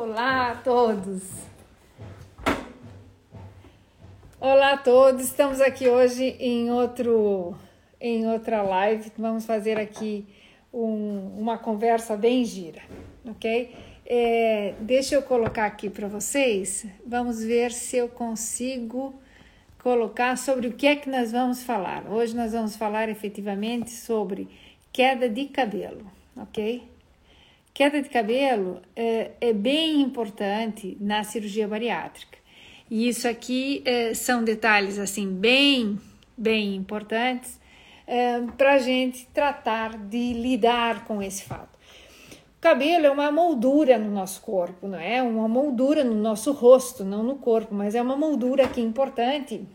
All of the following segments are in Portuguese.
Olá a todos! Olá a todos! Estamos aqui hoje em outra live. Vamos fazer aqui uma conversa bem gira, ok? Deixa eu colocar aqui para vocês. Vamos ver se eu consigo colocar sobre o que é que nós vamos falar. Hoje nós vamos falar efetivamente sobre queda de cabelo, ok? Queda de cabelo é bem importante na cirurgia bariátrica. E isso aqui são detalhes assim bem importantes para a gente tratar de lidar com esse fato. O cabelo é uma moldura no nosso corpo, não é? Uma moldura no nosso rosto, não no corpo, mas é uma moldura aqui importante,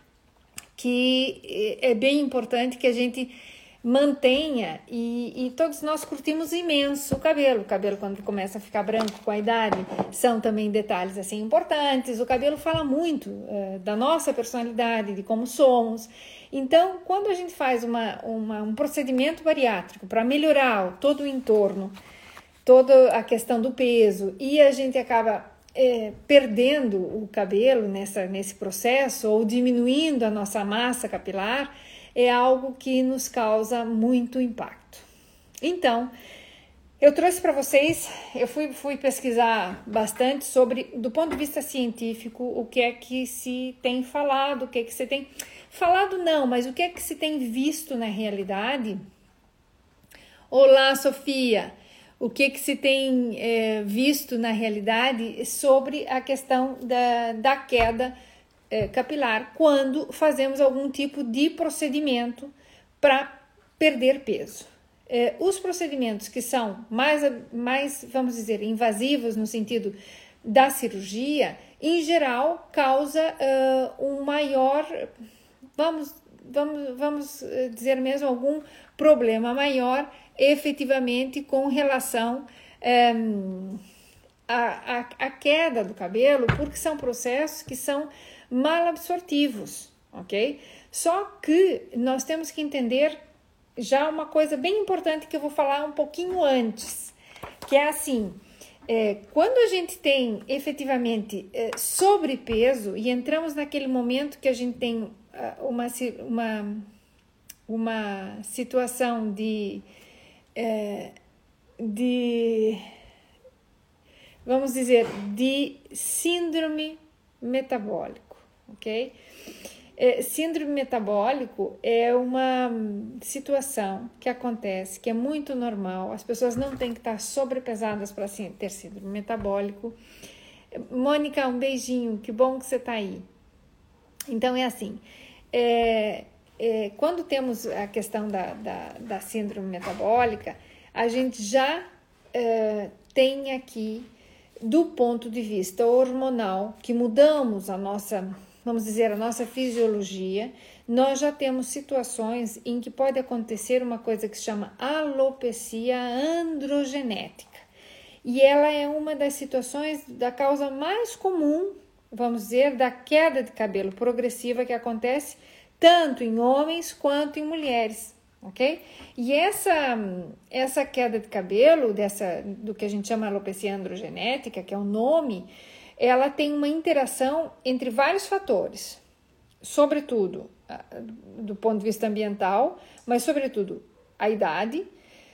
que é bem importante que a gente mantenha, e todos nós curtimos imenso o cabelo. O cabelo, quando começa a ficar branco com a idade, são também detalhes assim importantes. O cabelo fala muito da nossa personalidade, de como somos. Então, quando a gente faz um procedimento bariátrico para melhorar todo o entorno, toda a questão do peso, e a gente acaba perdendo o cabelo nesse processo, ou diminuindo a nossa massa capilar, é algo que nos causa muito impacto. Então, eu trouxe para vocês, eu fui pesquisar bastante sobre, do ponto de vista científico, o que é que se tem falado, o que é que se tem falado não, mas o que é que se tem visto na realidade. Olá, Sofia! O que que se tem visto na realidade sobre a questão da queda capilar quando fazemos algum tipo de procedimento para perder peso. Os procedimentos que são mais, vamos dizer, invasivos no sentido da cirurgia, em geral, causa um maior, vamos dizer mesmo, algum problema maior efetivamente com relação à queda do cabelo, porque são processos que são malabsortivos, ok? Só que nós temos que entender já uma coisa bem importante que eu vou falar um pouquinho antes, que é assim, quando a gente tem efetivamente sobrepeso e entramos naquele momento que a gente tem uma situação de vamos dizer, de síndrome metabólico, ok? Síndrome metabólico é uma situação que acontece, que é muito normal. As pessoas não têm que estar sobrepesadas para ter síndrome metabólico. Mônica, um beijinho, que bom que você está aí. Então, é assim, quando temos a questão da síndrome metabólica, a gente já tem aqui, do ponto de vista hormonal, que mudamos a nossa, vamos dizer, a nossa fisiologia, nós já temos situações em que pode acontecer uma coisa que se chama alopecia androgenética. E ela é uma das situações da causa mais comum, vamos dizer, da queda de cabelo progressiva que acontece tanto em homens quanto em mulheres. Ok? E essa queda de cabelo, do que a gente chama alopecia androgenética, que é o nome, ela tem uma interação entre vários fatores, sobretudo do ponto de vista ambiental, mas sobretudo a idade,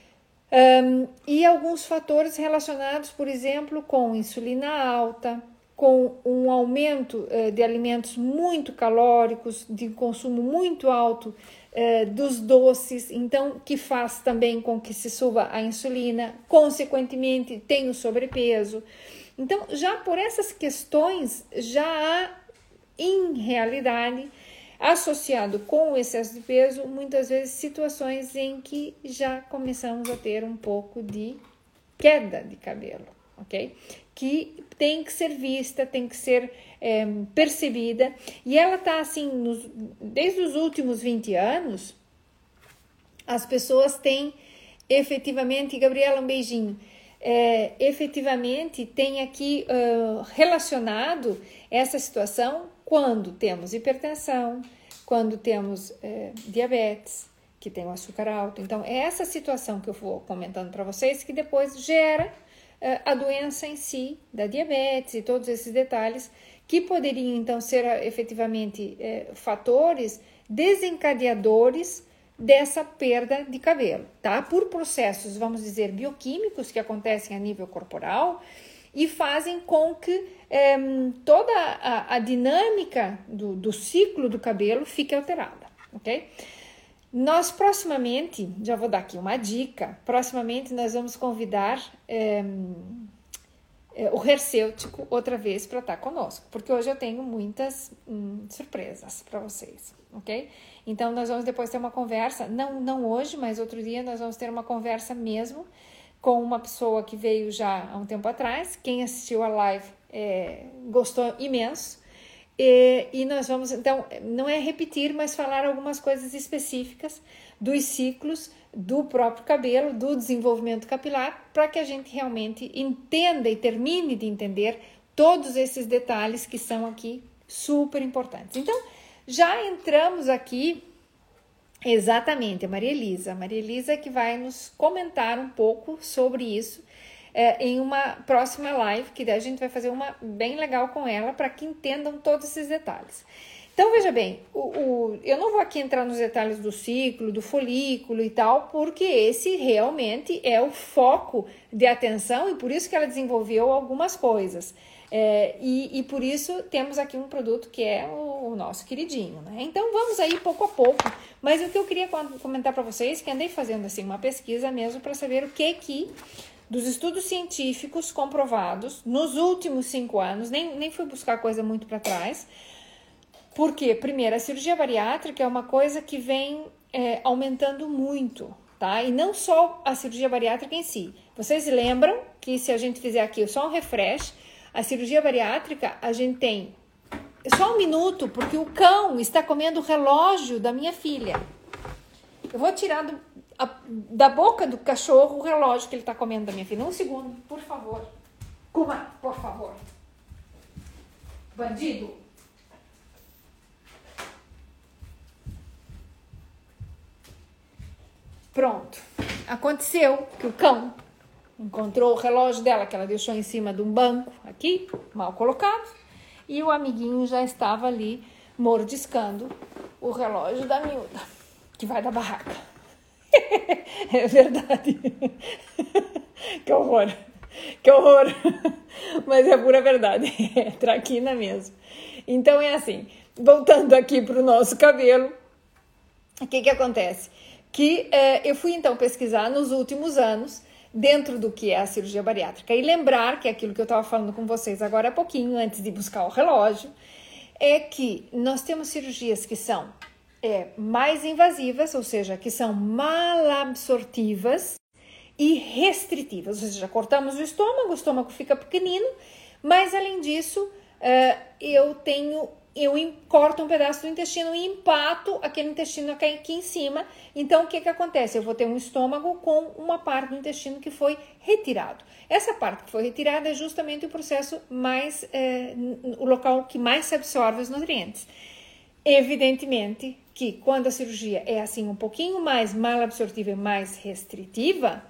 e alguns fatores relacionados, por exemplo, com insulina alta, com um aumento de alimentos muito calóricos, de consumo muito alto dos doces, então que faz também com que se suba a insulina, consequentemente tem o sobrepeso. Então, já por essas questões, já há, em realidade, associado com o excesso de peso, muitas vezes situações em que já começamos a ter um pouco de queda de cabelo, ok? Que tem que ser vista, tem que ser percebida, e ela está assim, desde os últimos 20 anos, as pessoas têm efetivamente, Gabriela, um beijinho, efetivamente tem aqui relacionado essa situação quando temos hipertensão, quando temos diabetes, que tem o açúcar alto. Então, é essa situação que eu vou comentando para vocês que depois gera a doença em si, da diabetes e todos esses detalhes que poderiam então ser efetivamente fatores desencadeadores dessa perda de cabelo, tá? Por processos, vamos dizer, bioquímicos que acontecem a nível corporal e fazem com que toda a dinâmica do ciclo do cabelo fique alterada, ok? Nós proximamente, já vou dar aqui uma dica, proximamente nós vamos convidar o Hercêutico outra vez para estar conosco, porque hoje eu tenho muitas surpresas para vocês, ok? Então nós vamos depois ter uma conversa, não hoje, mas outro dia nós vamos ter uma conversa mesmo com uma pessoa que veio já há um tempo atrás. Quem assistiu a live gostou imenso. E nós vamos, então, não é repetir, mas falar algumas coisas específicas dos ciclos do próprio cabelo, do desenvolvimento capilar, para que a gente realmente entenda e termine de entender todos esses detalhes que são aqui super importantes. Então, já entramos aqui exatamente, a Maria Elisa que vai nos comentar um pouco sobre isso em uma próxima live, que daí a gente vai fazer uma bem legal com ela, para que entendam todos esses detalhes. Então, veja bem, eu não vou aqui entrar nos detalhes do ciclo, do folículo e tal, porque esse realmente é o foco de atenção e por isso que ela desenvolveu algumas coisas. E por isso temos aqui um produto que é o nosso queridinho, né? Então, vamos aí pouco a pouco. Mas o que eu queria comentar para vocês, que andei fazendo assim uma pesquisa mesmo para saber o que dos estudos científicos comprovados nos últimos 5 anos, nem fui buscar coisa muito para trás, porque, primeiro, a cirurgia bariátrica é uma coisa que vem aumentando muito, tá? E não só a cirurgia bariátrica em si. Vocês lembram que se a gente fizer aqui só um refresh, a cirurgia bariátrica, a gente tem só 1 minuto, porque o cão está comendo o relógio da minha filha. Eu vou tirar da boca do cachorro o relógio que ele está comendo da minha filha. 1 segundo, por favor. Kuma, por favor. Bandido. Pronto. Aconteceu que o cão encontrou o relógio dela, que ela deixou em cima de um banco aqui, mal colocado, e o amiguinho já estava ali mordiscando o relógio da miúda, que vai da barraca. É verdade. Que horror. Que horror. Mas é pura verdade. É traquina mesmo. Então é assim, voltando aqui para o nosso cabelo, o que acontece? Que eu fui então pesquisar nos últimos anos dentro do que é a cirurgia bariátrica e lembrar que aquilo que eu estava falando com vocês agora há pouquinho, antes de buscar o relógio, é que nós temos cirurgias que são mais invasivas, ou seja, que são malabsortivas e restritivas, ou seja, cortamos o estômago fica pequenino, mas além disso, eu corto um pedaço do intestino e empato aquele intestino aqui em cima. Então, o que acontece? Eu vou ter um estômago com uma parte do intestino que foi retirado. Essa parte que foi retirada é justamente o processo o local que mais se absorve os nutrientes. Evidentemente que quando a cirurgia é assim um pouquinho mais malabsortiva e mais restritiva,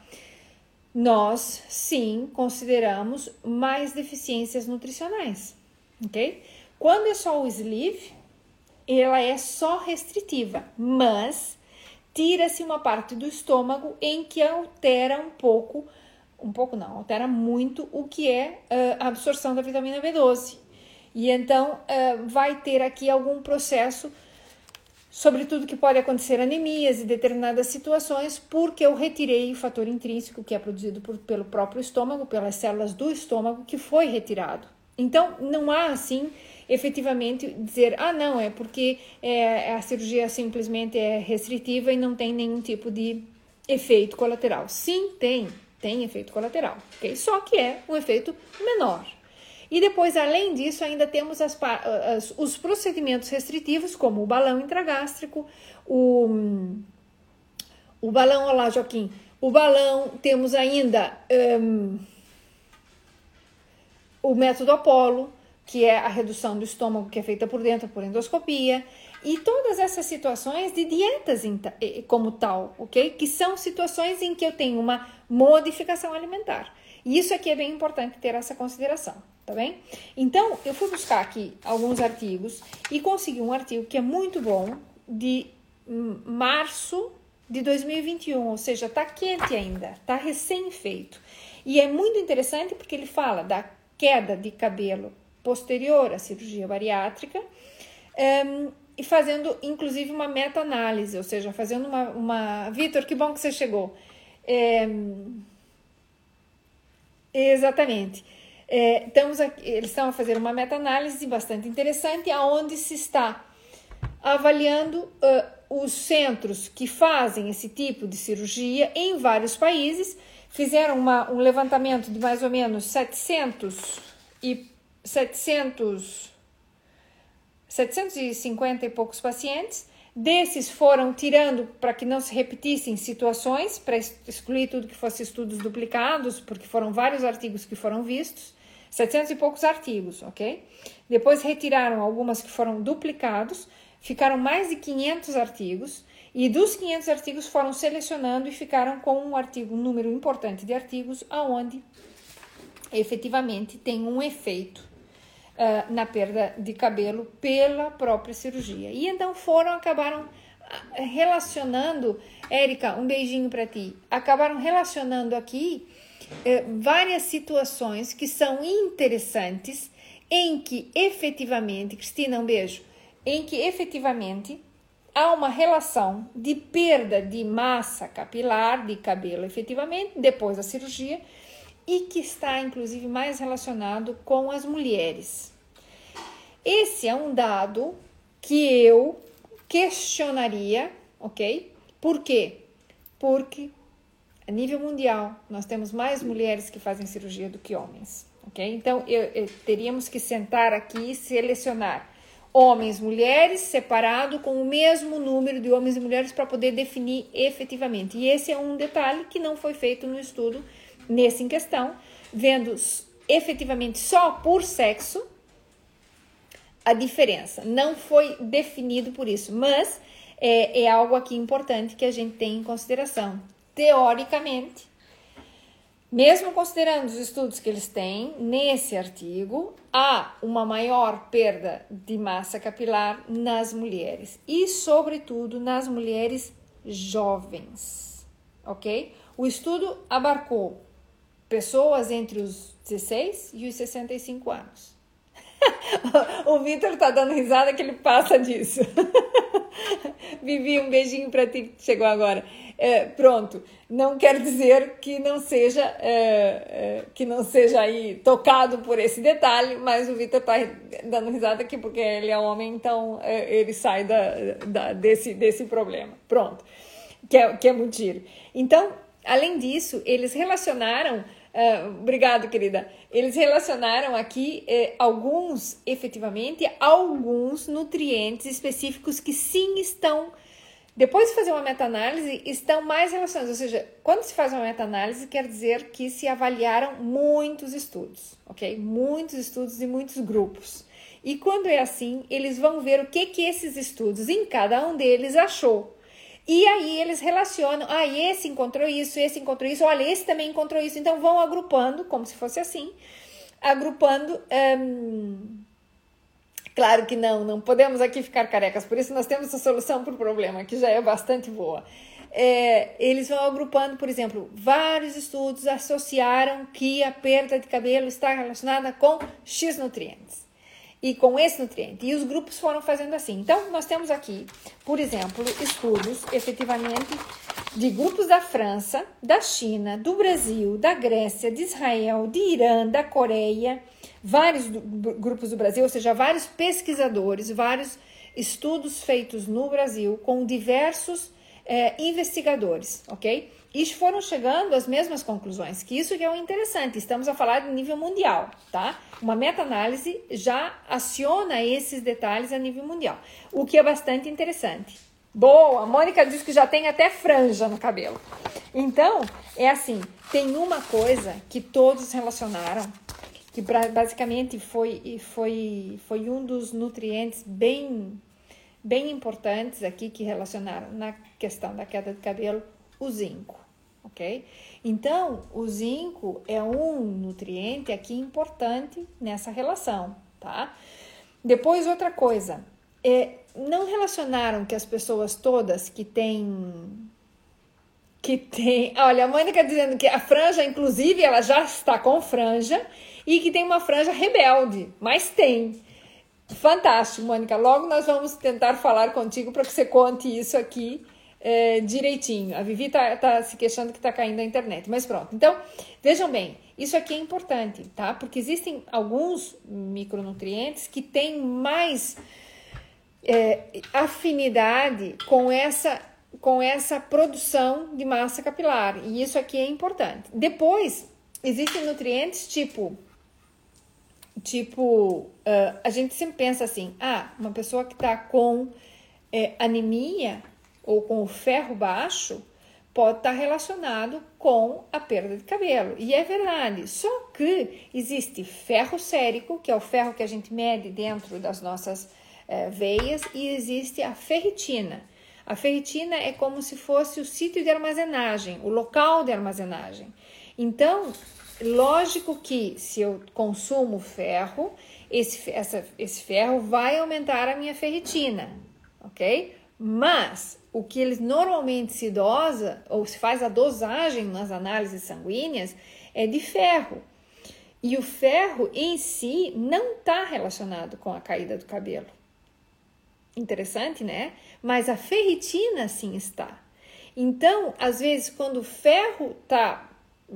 nós sim consideramos mais deficiências nutricionais, ok? Quando é só o sleeve, ela é só restritiva, mas tira-se uma parte do estômago em que altera altera muito o que é a absorção da vitamina B12. E então vai ter aqui algum processo, sobretudo que pode acontecer anemias em determinadas situações, porque eu retirei o fator intrínseco que é produzido pelo próprio estômago, pelas células do estômago, que foi retirado. Então, não há assim, efetivamente, dizer, não, é porque a cirurgia simplesmente é restritiva e não tem nenhum tipo de efeito colateral. Sim, tem efeito colateral, ok? Só que é um efeito menor. E depois, além disso, ainda temos os procedimentos restritivos, como o balão intragástrico, o balão, olha lá, Joaquim, o balão, temos ainda o método Apollo, que é a redução do estômago, que é feita por dentro, por endoscopia, e todas essas situações de dietas como tal, ok? Que são situações em que eu tenho uma modificação alimentar. E isso aqui é bem importante ter essa consideração, tá bem? Então, eu fui buscar aqui alguns artigos e consegui um artigo que é muito bom, de março de 2021, ou seja, tá quente ainda, tá recém-feito. E é muito interessante porque ele fala da queda de cabelo posterior à cirurgia bariátrica, e fazendo inclusive uma meta-análise, ou seja, fazendo uma... Vitor, que bom que você chegou. Exatamente. Eles estão a fazer uma meta-análise bastante interessante, onde se está avaliando os centros que fazem esse tipo de cirurgia em vários países. Fizeram um levantamento de mais ou menos 750 e poucos pacientes. Desses foram tirando para que não se repetissem situações, para excluir tudo que fosse estudos duplicados, porque foram vários artigos que foram vistos, 700 e poucos artigos, ok? Depois retiraram algumas que foram duplicados, ficaram mais de 500 artigos, e dos 500 artigos foram selecionando e ficaram com um número importante de artigos, aonde efetivamente tem um efeito na perda de cabelo pela própria cirurgia. E então acabaram relacionando, Érica, um beijinho para ti, acabaram relacionando aqui várias situações que são interessantes, em que efetivamente, Cristina, um beijo, em que efetivamente há uma relação de perda de massa capilar, de cabelo efetivamente, depois da cirurgia, e que está inclusive mais relacionado com as mulheres. Esse é um dado que eu questionaria, ok? Por quê? Porque a nível mundial nós temos mais mulheres que fazem cirurgia do que homens, ok? Então teríamos que sentar aqui e selecionar homens, mulheres, separado com o mesmo número de homens e mulheres para poder definir efetivamente. E esse é um detalhe que não foi feito no estudo nesse em questão, vendo efetivamente só por sexo a diferença. Não foi definido por isso, mas é algo aqui importante que a gente tem em consideração. Teoricamente, mesmo considerando os estudos que eles têm, nesse artigo, há uma maior perda de massa capilar nas mulheres e, sobretudo, nas mulheres jovens, ok? O estudo abarcou pessoas entre os 16 e os 65 anos. O Vitor tá dando risada que ele passa disso. Vivi, um beijinho para ti que chegou agora. Pronto, não quer dizer que não seja aí tocado por esse detalhe, mas o Vitor tá dando risada aqui porque ele é homem, então ele sai desse problema. Pronto, que é muito giro. Então, além disso, eles relacionaram, obrigado, querida, eles relacionaram aqui alguns nutrientes específicos que sim estão, depois de fazer uma meta-análise, estão mais relacionados. Ou seja, quando se faz uma meta-análise, quer dizer que se avaliaram muitos estudos, ok? Muitos estudos e muitos grupos. E quando é assim, eles vão ver o que esses estudos, em cada um deles, achou. E aí eles relacionam, esse encontrou isso, olha, esse também encontrou isso. Então vão agrupando, como se fosse assim, agrupando. Claro que não podemos aqui ficar carecas, por isso nós temos a solução para o problema, que já é bastante boa. Eles vão agrupando, por exemplo, vários estudos associaram que a perda de cabelo está relacionada com X nutrientes. E com esse nutriente. E os grupos foram fazendo assim. Então, nós temos aqui, por exemplo, estudos, efetivamente, de grupos da França, da China, do Brasil, da Grécia, de Israel, de Irã, da Coreia, vários grupos do Brasil, ou seja, vários pesquisadores, vários estudos feitos no Brasil com diversos investigadores, ok? E foram chegando às mesmas conclusões, que isso que é o interessante, estamos a falar de nível mundial, tá? Uma meta-análise já aciona esses detalhes a nível mundial, o que é bastante interessante. Boa, a Mônica diz que já tem até franja no cabelo. Então, é assim, tem uma coisa que todos relacionaram, que basicamente foi um dos nutrientes bem importantes aqui que relacionaram na questão da queda de cabelo, o zinco, ok? Então, o zinco é um nutriente aqui importante nessa relação, tá? Depois, outra coisa, não relacionaram que as pessoas todas que têm... Olha, a Mônica dizendo que a franja, inclusive, ela já está com franja e que tem uma franja rebelde, mas tem. Fantástico, Mônica. Logo nós vamos tentar falar contigo para que você conte isso aqui direitinho. A Vivi tá se queixando que tá caindo a internet, mas pronto. Então, vejam bem, isso aqui é importante, tá? Porque existem alguns micronutrientes que têm mais afinidade com essa produção de massa capilar, e isso aqui é importante. Depois, existem nutrientes tipo a gente sempre pensa assim, uma pessoa que está com anemia ou com o ferro baixo pode estar relacionado com a perda de cabelo, e é verdade, só que existe ferro sérico, que é o ferro que a gente mede dentro das nossas veias, e existe a ferritina. A ferritina é como se fosse o sítio de armazenagem, o local de armazenagem. Então, lógico que se eu consumo ferro, esse ferro vai aumentar a minha ferritina, ok? Mas o que eles normalmente se dosa, ou se faz a dosagem nas análises sanguíneas, é de ferro. E o ferro em si não está relacionado com a caída do cabelo. Interessante, né? Mas a ferritina sim está. Então, às vezes, quando o ferro está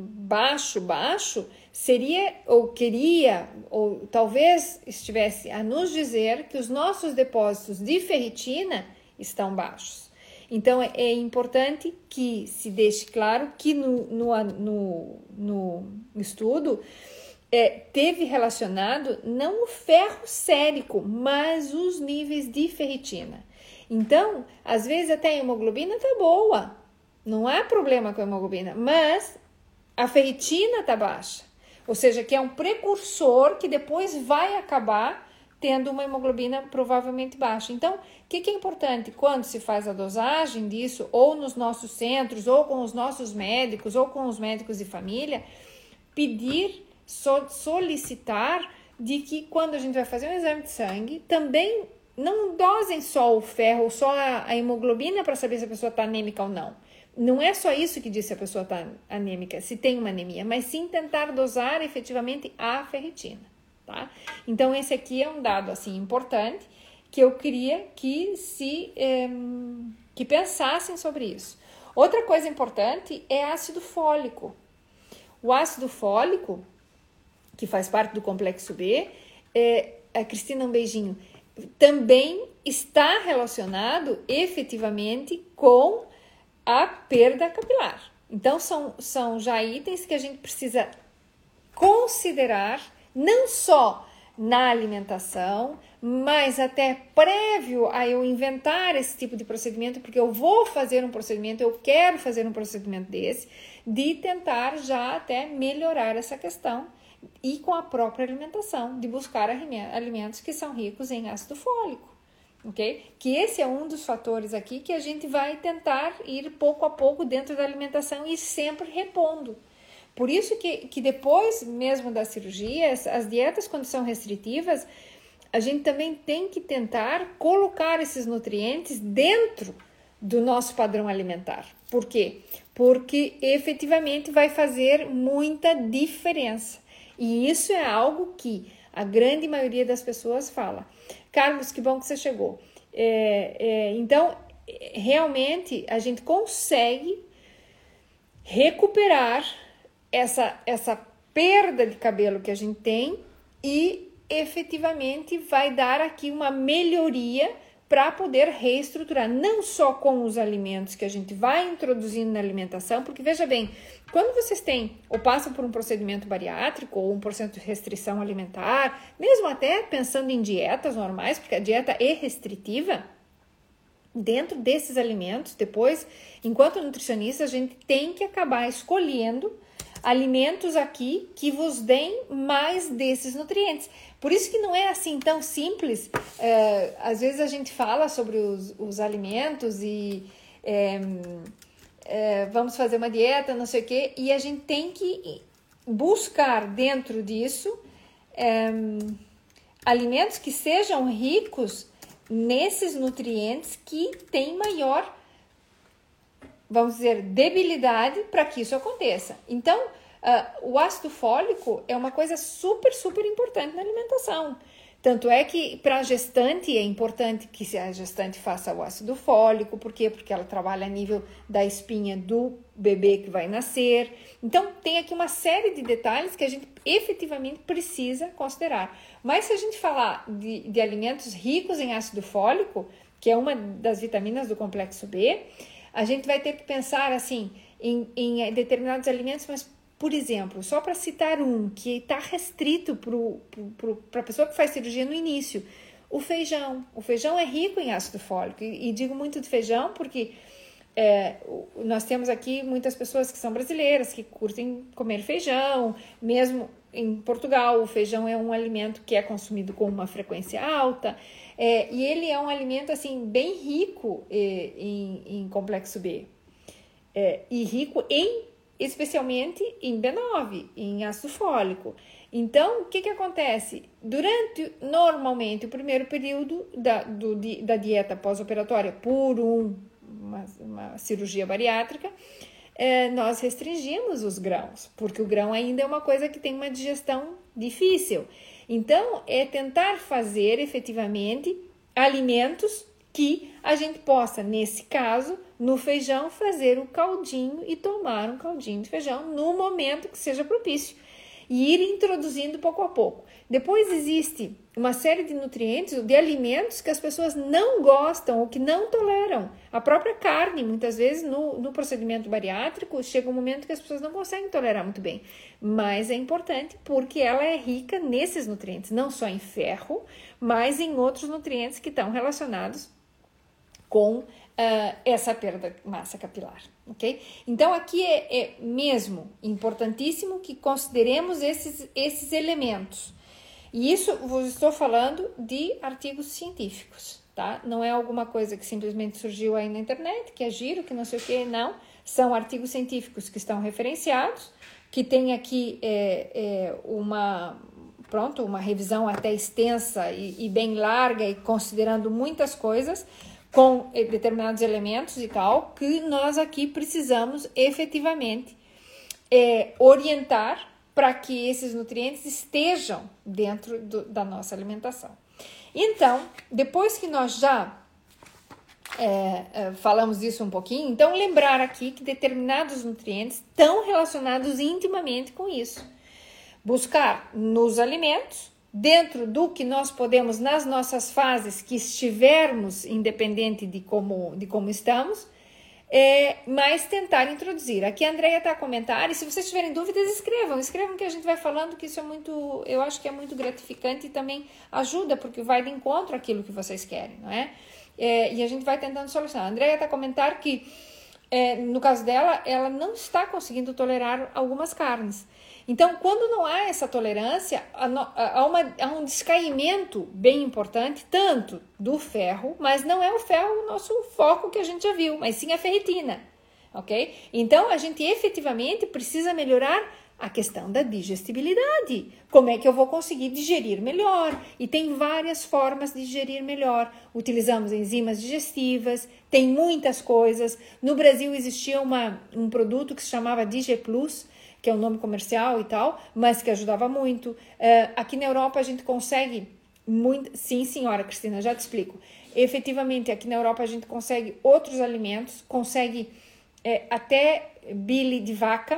baixo, seria, ou queria, ou talvez estivesse a nos dizer que os nossos depósitos de ferritina estão baixos. Então, é importante que se deixe claro que no estudo teve relacionado não o ferro sérico, mas os níveis de ferritina. Então, às vezes até a hemoglobina tá boa, não há problema com a hemoglobina, mas a ferritina tá baixa, ou seja, que é um precursor que depois vai acabar tendo uma hemoglobina provavelmente baixa. Então, o que é importante quando se faz a dosagem disso, ou nos nossos centros, ou com os nossos médicos, ou com os médicos de família, pedir, solicitar de que quando a gente vai fazer um exame de sangue, também não dosem só o ferro ou só a hemoglobina para saber se a pessoa está anêmica ou não. Não é só isso que diz se a pessoa está anêmica, se tem uma anemia, mas sim tentar dosar efetivamente a ferritina, tá? Então, esse aqui é um dado, assim, importante, que eu queria que que pensassem sobre isso. Outra coisa importante é ácido fólico. O ácido fólico, que faz parte do complexo B, a Cristina, um beijinho, também está relacionado efetivamente com a perda capilar. Então, são já itens que a gente precisa considerar, não só na alimentação, mas até prévio a eu inventar esse tipo de procedimento, porque eu vou fazer um procedimento, eu quero fazer um procedimento desse, de tentar já até melhorar essa questão e com a própria alimentação, de buscar alimentos que são ricos em ácido fólico, ok? Que esse é um dos fatores aqui que a gente vai tentar ir pouco a pouco dentro da alimentação e sempre repondo. Por isso que depois mesmo das cirurgias, as dietas quando são restritivas, a gente também tem que tentar colocar esses nutrientes dentro do nosso padrão alimentar. Por quê? Porque efetivamente vai fazer muita diferença. E isso é algo que a grande maioria das pessoas fala. Carlos, que bom que você chegou. Então, realmente, a gente consegue recuperar essa perda de cabelo que a gente tem e efetivamente vai dar aqui uma melhoria para poder reestruturar, não só com os alimentos que a gente vai introduzindo na alimentação, porque veja bem, quando vocês têm ou passam por um procedimento bariátrico ou um processo de restrição alimentar, mesmo até pensando em dietas normais, porque a dieta é restritiva, dentro desses alimentos, depois, enquanto nutricionista, a gente tem que acabar escolhendo alimentos aqui que vos deem mais desses nutrientes. Por isso que não é assim tão simples. Às vezes a gente fala sobre os alimentos e vamos fazer uma dieta, não sei o quê, e a gente tem que buscar dentro disso alimentos que sejam ricos nesses nutrientes que têm maior, vamos dizer, debilidade para que isso aconteça. Então, o ácido fólico é uma coisa super, super importante na alimentação. Tanto é que para a gestante é importante que a gestante faça o ácido fólico. Por quê? Porque ela trabalha a nível da espinha do bebê que vai nascer. Então, tem aqui uma série de detalhes que a gente efetivamente precisa considerar. Mas se a gente falar de alimentos ricos em ácido fólico, que é uma das vitaminas do complexo B, a gente vai ter que pensar assim em determinados alimentos, mas, por exemplo, só para citar um que está restrito para a pessoa que faz cirurgia no início, o feijão. O feijão é rico em ácido fólico, e digo muito de feijão porque nós temos aqui muitas pessoas que são brasileiras, que curtem comer feijão. Mesmo em Portugal, o feijão é um alimento que é consumido com uma frequência alta, e ele é um alimento assim, bem rico em complexo B, e rico especialmente em B9, em ácido fólico. Então, o que acontece? Durante, normalmente, o primeiro período da dieta pós-operatória por uma cirurgia bariátrica, nós restringimos os grãos, porque o grão ainda é uma coisa que tem uma digestão difícil. Então, é tentar fazer efetivamente alimentos que a gente possa, nesse caso, no feijão, fazer o caldinho e tomar um caldinho de feijão no momento que seja propício e ir introduzindo pouco a pouco. Depois existe uma série de nutrientes, de alimentos que as pessoas não gostam ou que não toleram. A própria carne, muitas vezes, no procedimento bariátrico, chega um momento que as pessoas não conseguem tolerar muito bem. Mas é importante porque ela é rica nesses nutrientes, não só em ferro, mas em outros nutrientes que estão relacionados com essa perda de massa capilar, ok? Então, aqui é mesmo importantíssimo que consideremos esses elementos. E isso, eu estou falando de artigos científicos, tá? Não é alguma coisa que simplesmente surgiu aí na internet, que é giro, que não sei o que, não. São artigos científicos que estão referenciados, que tem aqui uma revisão até extensa e bem larga e considerando muitas coisas, com determinados elementos e tal, que nós aqui precisamos efetivamente orientar para que esses nutrientes estejam dentro da nossa alimentação. Então, depois que nós já falamos disso um pouquinho, então lembrar aqui que determinados nutrientes estão relacionados intimamente com isso. Buscar nos alimentos, dentro do que nós podemos, nas nossas fases que estivermos, independente de como estamos, mas tentar introduzir. Aqui a Andréia está a comentar, e se vocês tiverem dúvidas, escrevam que a gente vai falando, que isso é muito, eu acho que é muito gratificante e também ajuda, porque vai de encontro àquilo que vocês querem, não é? E a gente vai tentando solucionar. A Andréia está a comentar que, no caso dela, ela não está conseguindo tolerar algumas carnes. Então, quando não há essa tolerância, há um descaimento bem importante, tanto do ferro, mas não é o ferro o nosso foco que a gente já viu, mas sim a ferritina, ok? Então, a gente efetivamente precisa melhorar a questão da digestibilidade. Como é que eu vou conseguir digerir melhor? E tem várias formas de digerir melhor. Utilizamos enzimas digestivas, tem muitas coisas. No Brasil existia um produto que se chamava DigePlus, que é um nome comercial e tal, mas que ajudava muito. Aqui na Europa a gente consegue muito... Sim, senhora Cristina, já te explico. Efetivamente, aqui na Europa a gente consegue outros alimentos, consegue até bile de vaca,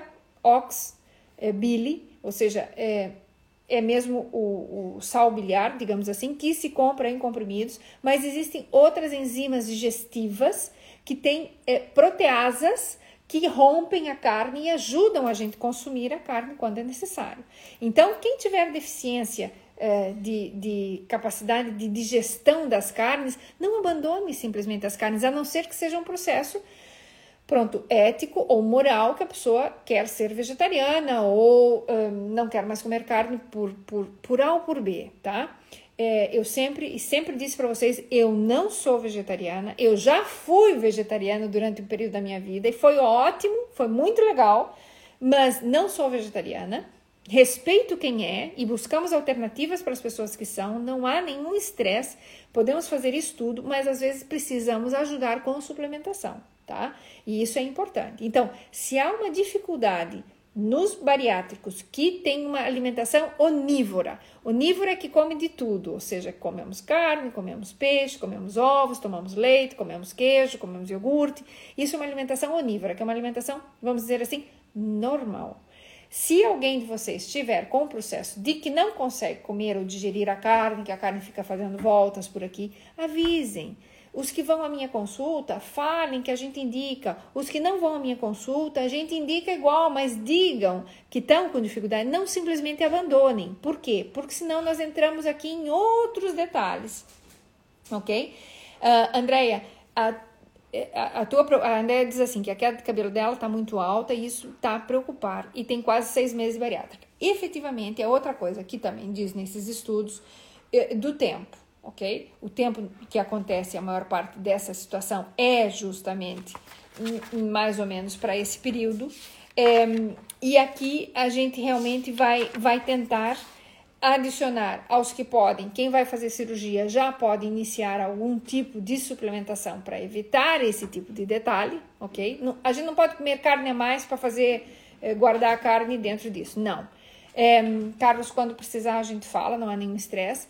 bile, ou seja, é mesmo o sal biliar, digamos assim, que se compra em comprimidos, mas existem outras enzimas digestivas que têm proteasas que rompem a carne e ajudam a gente a consumir a carne quando é necessário. Então, quem tiver deficiência de capacidade de digestão das carnes, não abandone simplesmente as carnes, a não ser que seja um processo, ético ou moral, que a pessoa quer ser vegetariana ou não quer mais comer carne por A ou por B, tá? Eu sempre disse para vocês, eu não sou vegetariana, eu já fui vegetariana durante um período da minha vida e foi ótimo, foi muito legal, mas não sou vegetariana. Respeito quem é e buscamos alternativas para as pessoas que são, não há nenhum estresse, podemos fazer isso tudo, mas às vezes precisamos ajudar com suplementação, tá? E isso é importante. Então, se há uma dificuldade nos bariátricos que tem uma alimentação onívora é que come de tudo, ou seja, comemos carne, comemos peixe, comemos ovos, tomamos leite, comemos queijo, comemos iogurte, isso é uma alimentação onívora, que é uma alimentação, vamos dizer assim, normal. Se alguém de vocês estiver com o processo de que não consegue comer ou digerir a carne, que a carne fica fazendo voltas por aqui, avisem. Os que vão à minha consulta, falem que a gente indica. Os que não vão à minha consulta, a gente indica igual, mas digam que estão com dificuldade. Não simplesmente abandonem. Por quê? Porque senão nós entramos aqui em outros detalhes. Ok? Andréia, a Andréia diz assim, que a queda de cabelo dela está muito alta e isso está a preocupar. E tem quase 6 meses de bariátrica. Efetivamente, é outra coisa que também diz nesses estudos do tempo. Ok? O tempo que acontece a maior parte dessa situação é justamente mais ou menos para esse período. E aqui a gente realmente vai tentar adicionar aos que podem. Quem vai fazer cirurgia já pode iniciar algum tipo de suplementação para evitar esse tipo de detalhe, ok? A gente não pode comer carne a mais para guardar a carne dentro disso, não. Carlos, quando precisar a gente fala, não há nenhum estresse.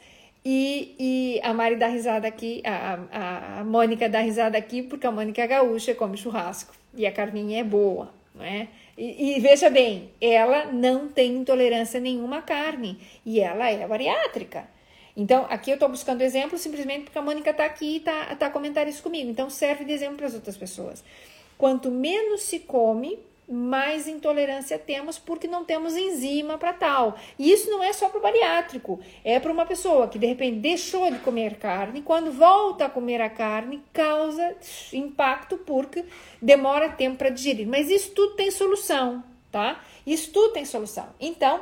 E a Mari dá risada aqui, a Mônica dá risada aqui, porque a Mônica é gaúcha, come churrasco, e a carninha é boa, não é? E veja bem, ela não tem intolerância nenhuma à carne, e ela é bariátrica. Então, aqui eu estou buscando exemplo simplesmente porque a Mônica está aqui e tá comentando isso comigo, então serve de exemplo para as outras pessoas. Quanto menos se come, mais intolerância temos porque não temos enzima para tal. E isso não é só para o bariátrico, é para uma pessoa que de repente deixou de comer carne, quando volta a comer a carne, causa impacto porque demora tempo para digerir. Mas isso tudo tem solução, tá? Isso tudo tem solução. Então,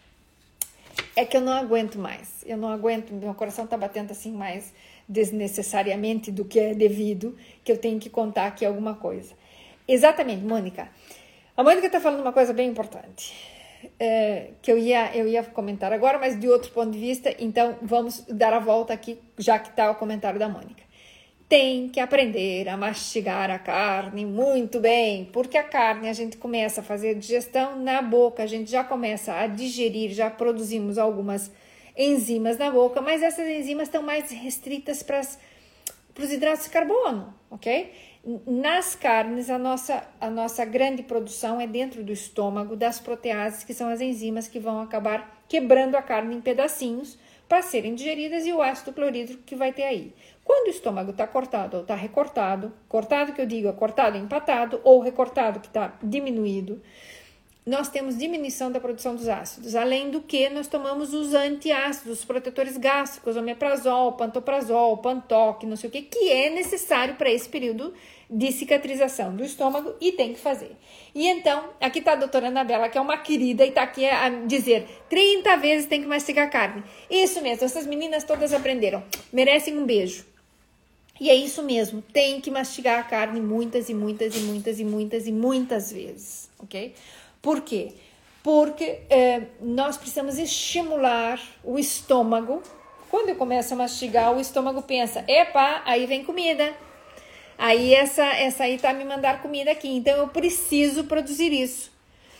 é que eu não aguento mais. Eu não aguento, meu coração tá batendo assim mais desnecessariamente do que é devido, que eu tenho que contar aqui alguma coisa. Exatamente, Mônica. A Mônica está falando uma coisa bem importante, que eu ia comentar agora, mas de outro ponto de vista, então vamos dar a volta aqui, já que está o comentário da Mônica. Tem que aprender a mastigar a carne muito bem, porque a carne a gente começa a fazer digestão na boca, a gente já começa a digerir, já produzimos algumas enzimas na boca, mas essas enzimas estão mais restritas para os hidratos de carbono, ok? Nas carnes, a nossa grande produção é dentro do estômago das proteases, que são as enzimas que vão acabar quebrando a carne em pedacinhos para serem digeridas e o ácido clorídrico que vai ter aí. Quando o estômago está cortado ou está recortado, cortado que eu digo é cortado e empatado, ou recortado que está diminuído, nós temos diminuição da produção dos ácidos. Além do que, nós tomamos os antiácidos, os protetores gástricos, omeprazol, pantoprazol, pantoc, não sei o que é necessário para esse período de cicatrização do estômago e tem que fazer. E então, aqui está a doutora Anabela, que é uma querida e está aqui a dizer 30 vezes tem que mastigar carne. Isso mesmo, essas meninas todas aprenderam, merecem um beijo. E é isso mesmo, tem que mastigar a carne muitas e muitas e muitas e muitas e muitas vezes, ok? Por quê? Porque nós precisamos estimular o estômago. Quando eu começo a mastigar, o estômago pensa, epa, aí vem comida. Aí essa aí tá me mandando comida aqui, então eu preciso produzir isso.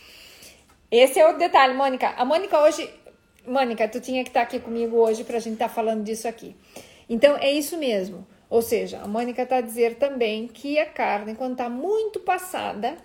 Esse é o detalhe, Mônica. A Mônica hoje... Mônica, tu tinha que estar aqui comigo hoje pra gente estar falando disso aqui. Então, é isso mesmo. Ou seja, a Mônica tá a dizer também que a carne, quando tá muito passada...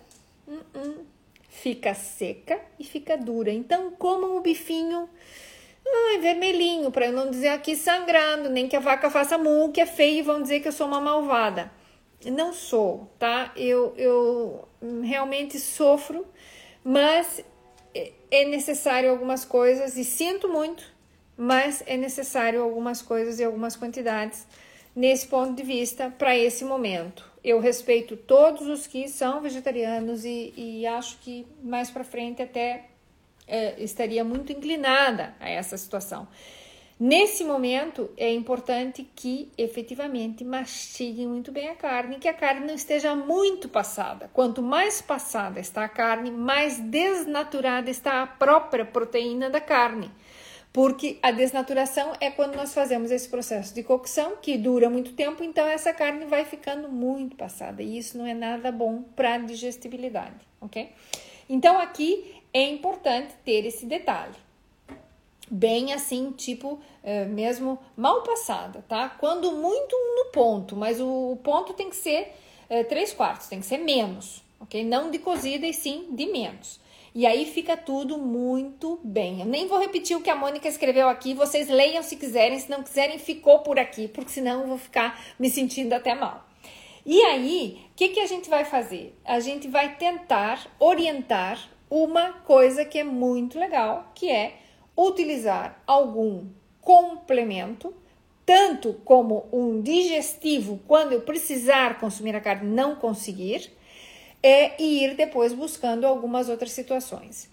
fica seca e fica dura. Então, comam o bifinho vermelhinho, para eu não dizer aqui sangrando, nem que a vaca faça mu, que é feio e vão dizer que eu sou uma malvada. Não sou, tá? Eu realmente sofro, mas é necessário algumas coisas, e sinto muito, mas é necessário algumas coisas e algumas quantidades nesse ponto de vista para esse momento. Eu respeito todos os que são vegetarianos e acho que mais para frente até estaria muito inclinada a essa situação. Nesse momento, é importante que efetivamente mastiguem muito bem a carne, que a carne não esteja muito passada. Quanto mais passada está a carne, mais desnaturada está a própria proteína da carne. Porque a desnaturação é quando nós fazemos esse processo de cocção, que dura muito tempo, então essa carne vai ficando muito passada. E isso não é nada bom para a digestibilidade, ok? Então aqui é importante ter esse detalhe. Bem assim, tipo, mesmo mal passada, tá? Quando muito no ponto, mas o ponto tem que ser 3/4, tem que ser menos, ok? Não de cozida e sim de menos. E aí fica tudo muito bem. Eu nem vou repetir o que a Mônica escreveu aqui, vocês leiam se quiserem, se não quiserem ficou por aqui, porque senão eu vou ficar me sentindo até mal. E aí, o que a gente vai fazer? A gente vai tentar orientar uma coisa que é muito legal, que é utilizar algum complemento, tanto como um digestivo, quando eu precisar consumir a carne e não conseguir, e ir depois buscando algumas outras situações.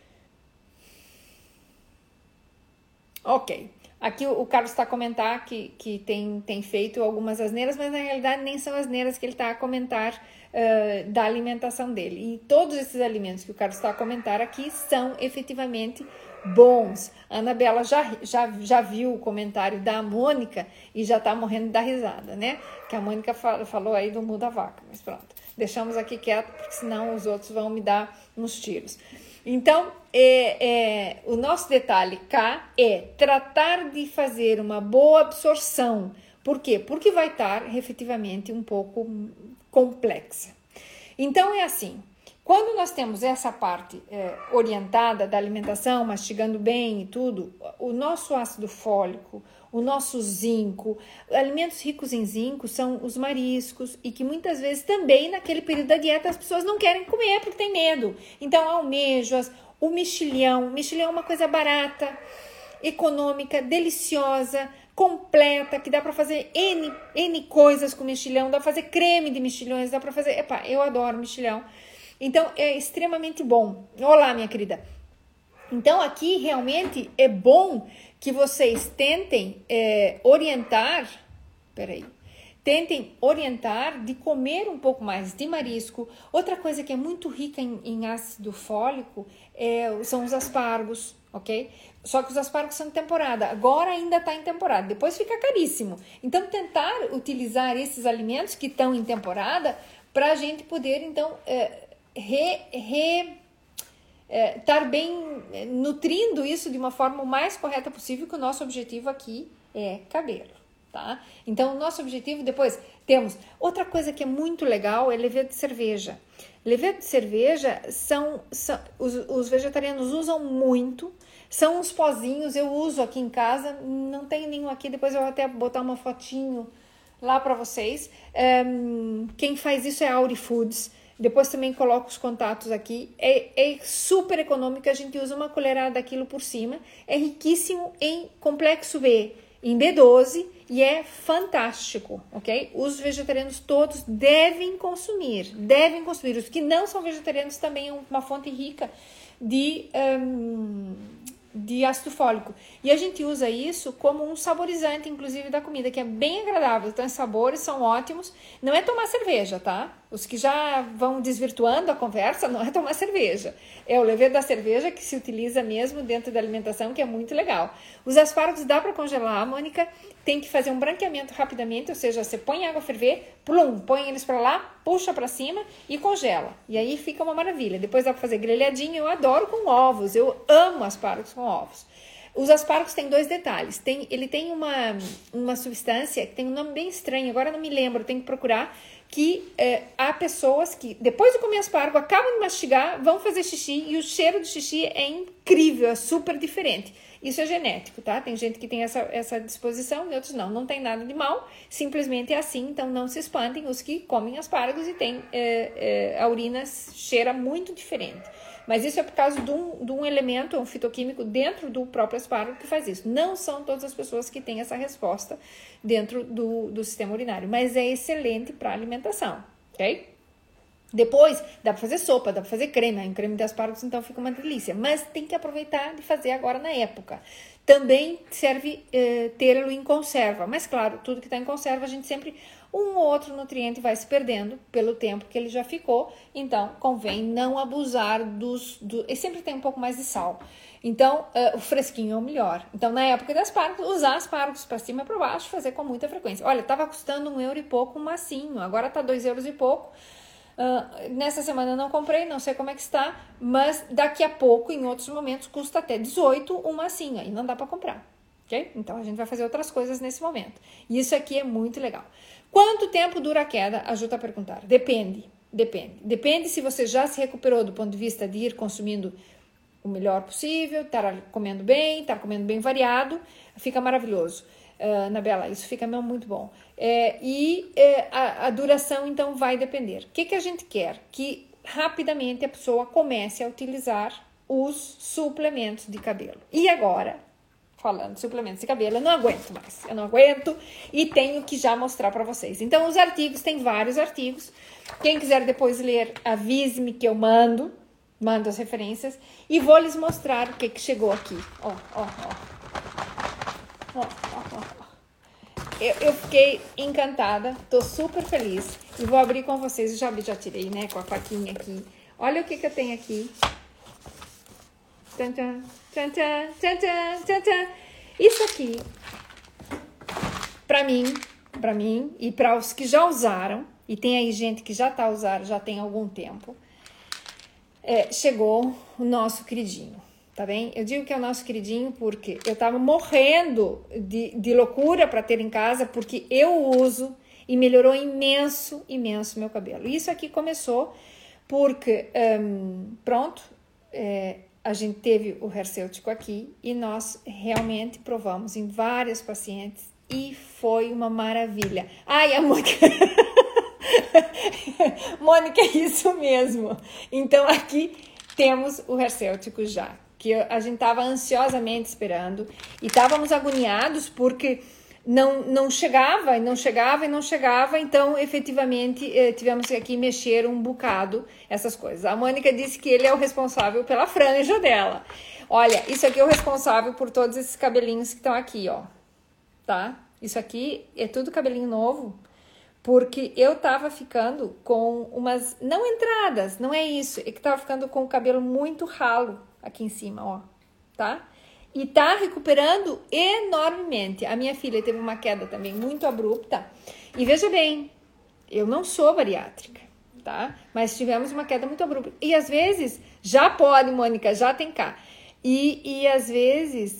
Ok, aqui o Carlos está a comentar que tem feito algumas asneiras, mas na realidade nem são asneiras que ele está a comentar da alimentação dele. E todos esses alimentos que o Carlos está a comentar aqui são efetivamente bons. A Anabela já viu o comentário da Mônica e já está morrendo da risada, né? Que a Mônica falou aí do muda-vaca, mas pronto, deixamos aqui quieto, porque senão os outros vão me dar uns tiros. Então, o nosso detalhe cá é tratar de fazer uma boa absorção. Por quê? Porque vai estar efetivamente um pouco complexa. Então, é assim. Quando nós temos essa parte orientada da alimentação, mastigando bem e tudo, o nosso ácido fólico, o nosso zinco, alimentos ricos em zinco são os mariscos e que muitas vezes também naquele período da dieta as pessoas não querem comer porque tem medo. Então, almejas, o mexilhão é uma coisa barata, econômica, deliciosa, completa, que dá para fazer N coisas com mexilhão, dá para fazer creme de mexilhões, dá para fazer... eu adoro mexilhão. Então, é extremamente bom. Olá, minha querida. Então, aqui, realmente, é bom que vocês tentem orientar... Tentem orientar de comer um pouco mais de marisco. Outra coisa que é muito rica em ácido fólico são os aspargos, ok? Só que os aspargos são de temporada. Agora ainda está em temporada. Depois fica caríssimo. Então, tentar utilizar esses alimentos que estão em temporada para a gente poder, então... estar bem nutrindo isso de uma forma o mais correta possível, que o nosso objetivo aqui é cabelo, tá? Então, o nosso objetivo, depois, temos outra coisa que é muito legal, é levedo de cerveja. Levedo de cerveja os vegetarianos usam muito, são uns pozinhos, eu uso aqui em casa, não tenho nenhum aqui, depois eu vou até botar uma fotinho lá para vocês. Quem faz isso é a Auri Foods. Depois também coloco os contatos aqui. É super econômico, a gente usa uma colherada daquilo por cima. É riquíssimo em complexo B, em B12 e é fantástico, ok? Os vegetarianos todos devem consumir. Os que não são vegetarianos também é uma fonte rica de ácido fólico. E a gente usa isso como um saborizante, inclusive, da comida, que é bem agradável. Então, os sabores são ótimos. Não é tomar cerveja, tá? Os que já vão desvirtuando a conversa, não é tomar cerveja. É o levedo da cerveja que se utiliza mesmo dentro da alimentação, que é muito legal. Os aspargos dá para congelar, Mônica. Tem que fazer um branqueamento rapidamente, ou seja, você põe água a ferver, põe eles para lá, puxa para cima e congela. E aí fica uma maravilha. Depois dá para fazer grelhadinho, eu adoro com ovos, eu amo aspargos com ovos. Os aspargos têm 2 detalhes. Ele tem uma substância que tem um nome bem estranho, agora não me lembro, tenho que procurar, que há pessoas que, depois de comer aspargo, acabam de mastigar, vão fazer xixi e o cheiro do xixi é incrível, é super diferente. Isso é genético, tá? Tem gente que tem essa disposição e outros não. Não tem nada de mal, simplesmente é assim, então não se espantem os que comem aspargos e tem a urina cheira muito diferente. Mas isso é por causa de um elemento, um fitoquímico dentro do próprio aspargo que faz isso. Não são todas as pessoas que têm essa resposta dentro do sistema urinário, mas é excelente para a alimentação, ok? Depois, dá para fazer sopa, dá para fazer creme. Um creme de aspargos, então, fica uma delícia. Mas tem que aproveitar de fazer agora na época. Também serve tê-lo em conserva. Mas, claro, tudo que está em conserva, a gente sempre... Um ou outro nutriente vai se perdendo pelo tempo que ele já ficou. Então, convém não abusar e sempre tem um pouco mais de sal. Então, o fresquinho é o melhor. Então, na época de aspargos, usar aspargos para cima e para baixo, fazer com muita frequência. Olha, estava custando €1 e pouco um massinho. Agora está €2 e pouco. Nessa semana eu não comprei, não sei como é que está, mas daqui a pouco, em outros momentos, custa até 18 um massinho, aí não dá para comprar, ok? Então a gente vai fazer outras coisas nesse momento. E isso aqui é muito legal. Quanto tempo dura a queda? A Ju está a perguntar. Depende se você já se recuperou do ponto de vista de ir consumindo o melhor possível, estar comendo bem variado, fica maravilhoso. Anabela, isso fica mesmo muito bom. A duração, então, vai depender. O que a gente quer? Que rapidamente a pessoa comece a utilizar os suplementos de cabelo. E agora, falando de suplementos de cabelo, eu não aguento e tenho que já mostrar para vocês. Então, os artigos, tem vários artigos. Quem quiser depois ler, avise-me que eu mando as referências e vou lhes mostrar o que chegou aqui. Eu fiquei encantada, tô super feliz e vou abrir com vocês. Já tirei, né, com a faquinha aqui. Olha o que eu tenho aqui. Tchan, tchan, tchan, tchan, tchan, tchan, tchan. Isso aqui, pra mim e para os que já usaram, e tem aí gente que já tá usando, já tem algum tempo, chegou o nosso queridinho. Tá bem? Eu digo que é o nosso queridinho porque eu tava morrendo de loucura para ter em casa, porque eu uso e melhorou imenso meu cabelo. Isso aqui começou porque, a gente teve o Hercêutico aqui e nós realmente provamos em vários pacientes e foi uma maravilha. Ai, a Mônica... Mônica, é isso mesmo. Então, aqui temos o Hercêutico já, que a gente estava ansiosamente esperando e estávamos agoniados porque não chegava, então efetivamente tivemos que aqui mexer um bocado essas coisas. A Mônica disse que ele é o responsável pela franja dela. Olha, isso aqui é o responsável por todos esses cabelinhos que estão aqui, ó, tá? Isso aqui é tudo cabelinho novo, porque eu tava ficando com umas, não entradas, não é isso, é que tava ficando com o cabelo muito ralo aqui em cima, ó, tá? E tá recuperando enormemente. A minha filha teve uma queda também muito abrupta. E veja bem, eu não sou bariátrica, tá? Mas tivemos uma queda muito abrupta. E às vezes, já pode, Mônica, já tem cá. E às vezes,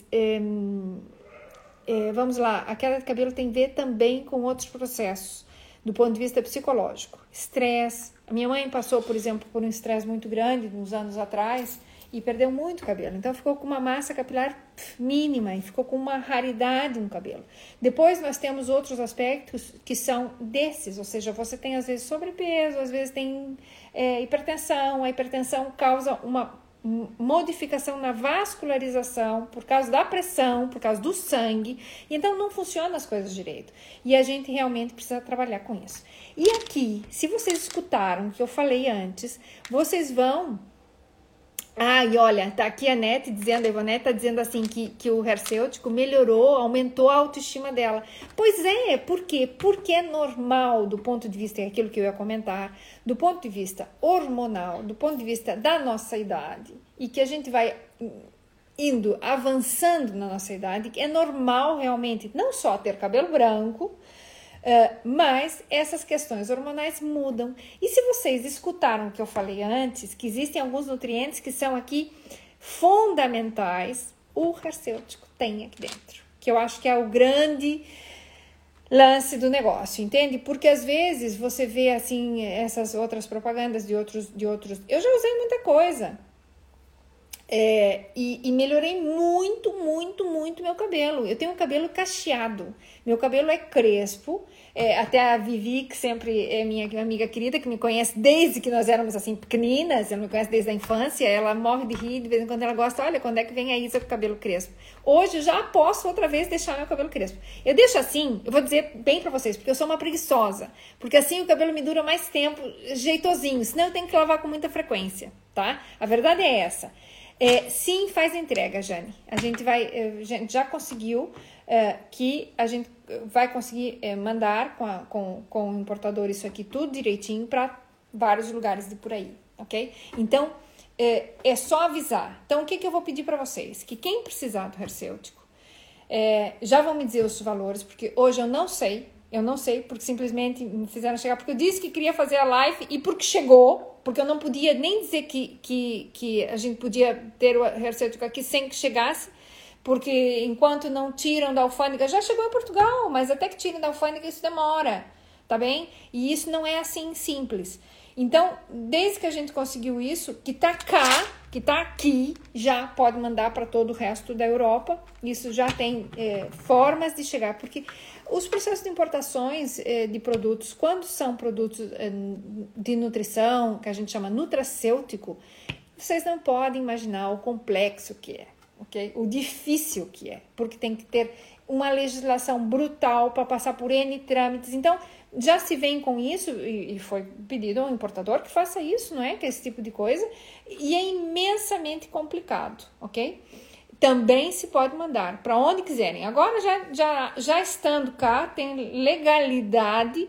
vamos lá, a queda de cabelo tem a ver também com outros processos, do ponto de vista psicológico. Estresse. A minha mãe passou, por exemplo, por um estresse muito grande, uns anos atrás, e perdeu muito cabelo. Então, ficou com uma massa capilar mínima e ficou com uma raridade no cabelo. Depois, nós temos outros aspectos que são desses, ou seja, você tem, às vezes, sobrepeso, às vezes tem hipertensão. A hipertensão causa uma modificação na vascularização por causa da pressão, por causa do sangue. E então, não funcionam as coisas direito. E a gente realmente precisa trabalhar com isso. E aqui, se vocês escutaram o que eu falei antes, vocês vão... E olha, tá aqui a Ivonete tá dizendo assim que o Hercêutico melhorou, aumentou a autoestima dela. Pois é, por quê? Porque é normal do ponto de vista, é aquilo que eu ia comentar, do ponto de vista hormonal, do ponto de vista da nossa idade, e que a gente vai avançando na nossa idade, é normal realmente não só ter cabelo branco, mas essas questões hormonais mudam. E se vocês escutaram o que eu falei antes, que existem alguns nutrientes que são aqui fundamentais, o Hercêutico tem aqui dentro, que eu acho que é o grande lance do negócio, entende? Porque às vezes você vê assim essas outras propagandas de outros. Eu já usei muita coisa. E melhorei muito meu cabelo. Eu tenho um cabelo cacheado. Meu cabelo é crespo. Até a Vivi, que sempre é minha amiga querida, que me conhece desde que nós éramos assim pequeninas, ela me conhece desde a infância, ela morre de rir, de vez em quando ela gosta, olha, quando é que vem a Isa com o cabelo crespo? Hoje eu já posso outra vez deixar meu cabelo crespo. Eu deixo assim, eu vou dizer bem pra vocês, porque eu sou uma preguiçosa, porque assim o cabelo me dura mais tempo, jeitosinho, senão eu tenho que lavar com muita frequência, tá? A verdade é essa. Sim, faz entrega, Jane. A gente já conseguiu que a gente vai conseguir mandar com o importador isso aqui tudo direitinho para vários lugares de por aí, ok? Então, é só avisar. Então, o que eu vou pedir para vocês? Que quem precisar do Hercêutico, já vão me dizer os valores, porque hoje eu não sei, porque simplesmente me fizeram chegar, porque eu disse que queria fazer a live e porque chegou, porque eu não podia nem dizer que a gente podia ter o Hercêutico aqui sem que chegasse, porque enquanto não tiram da alfândega, já chegou em Portugal, mas até que tirem da alfândega isso demora, tá bem? E isso não é assim simples. Então, desde que a gente conseguiu isso, que tá cá, que tá aqui, já pode mandar para todo o resto da Europa. Isso já tem formas de chegar, porque os processos de importações de produtos, quando são produtos de nutrição, que a gente chama nutracêutico, vocês não podem imaginar o complexo que é. Okay? O difícil que é, porque tem que ter uma legislação brutal para passar por N trâmites. Então, já se vem com isso, e foi pedido ao importador que faça isso, não é? Que é esse tipo de coisa, e é imensamente complicado, ok? Também se pode mandar para onde quiserem. Agora, já estando cá, tem legalidade,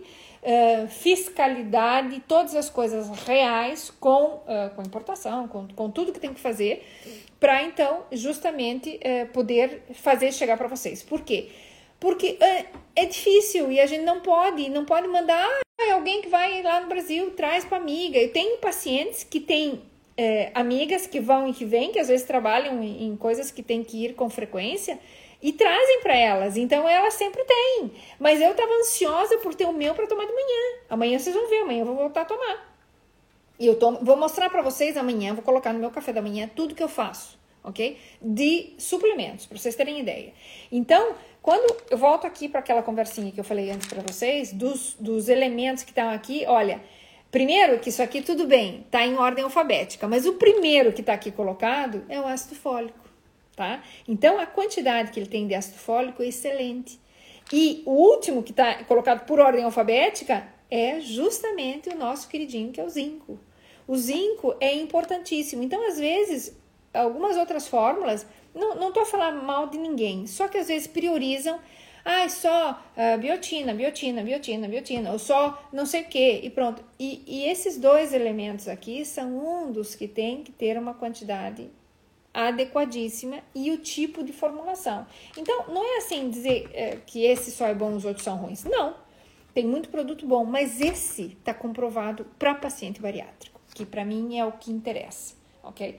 fiscalidade, todas as coisas reais com importação, com tudo que tem que fazer, para então justamente poder fazer chegar para vocês. Por quê? Porque é difícil e a gente não pode mandar alguém que vai lá no Brasil, traz para amiga. Eu tenho pacientes que têm amigas que vão e que vêm, que às vezes trabalham em coisas que tem que ir com frequência, e trazem para elas, então elas sempre têm. Mas eu estava ansiosa por ter o meu para tomar de manhã. Amanhã vocês vão ver, amanhã eu vou voltar a tomar. E vou mostrar para vocês amanhã, vou colocar no meu café da manhã tudo que eu faço, ok? De suplementos, para vocês terem ideia. Então, quando eu volto aqui para aquela conversinha que eu falei antes para vocês, dos elementos que estão aqui, olha, primeiro que isso aqui tudo bem, está em ordem alfabética, mas o primeiro que está aqui colocado é o ácido fólico. Tá? Então, a quantidade que ele tem de ácido fólico é excelente. E o último que está colocado por ordem alfabética é justamente o nosso queridinho, que é o zinco. O zinco é importantíssimo. Então, às vezes, algumas outras fórmulas, não estou a falar mal de ninguém, só que às vezes priorizam, só biotina, ou só não sei o que, e pronto. E esses dois elementos aqui são um dos que tem que ter uma quantidade adequadíssima e o tipo de formulação. Então, não é assim dizer que esse só é bom, os outros são ruins. Não, tem muito produto bom, mas esse está comprovado para paciente bariátrico, que para mim é o que interessa, ok?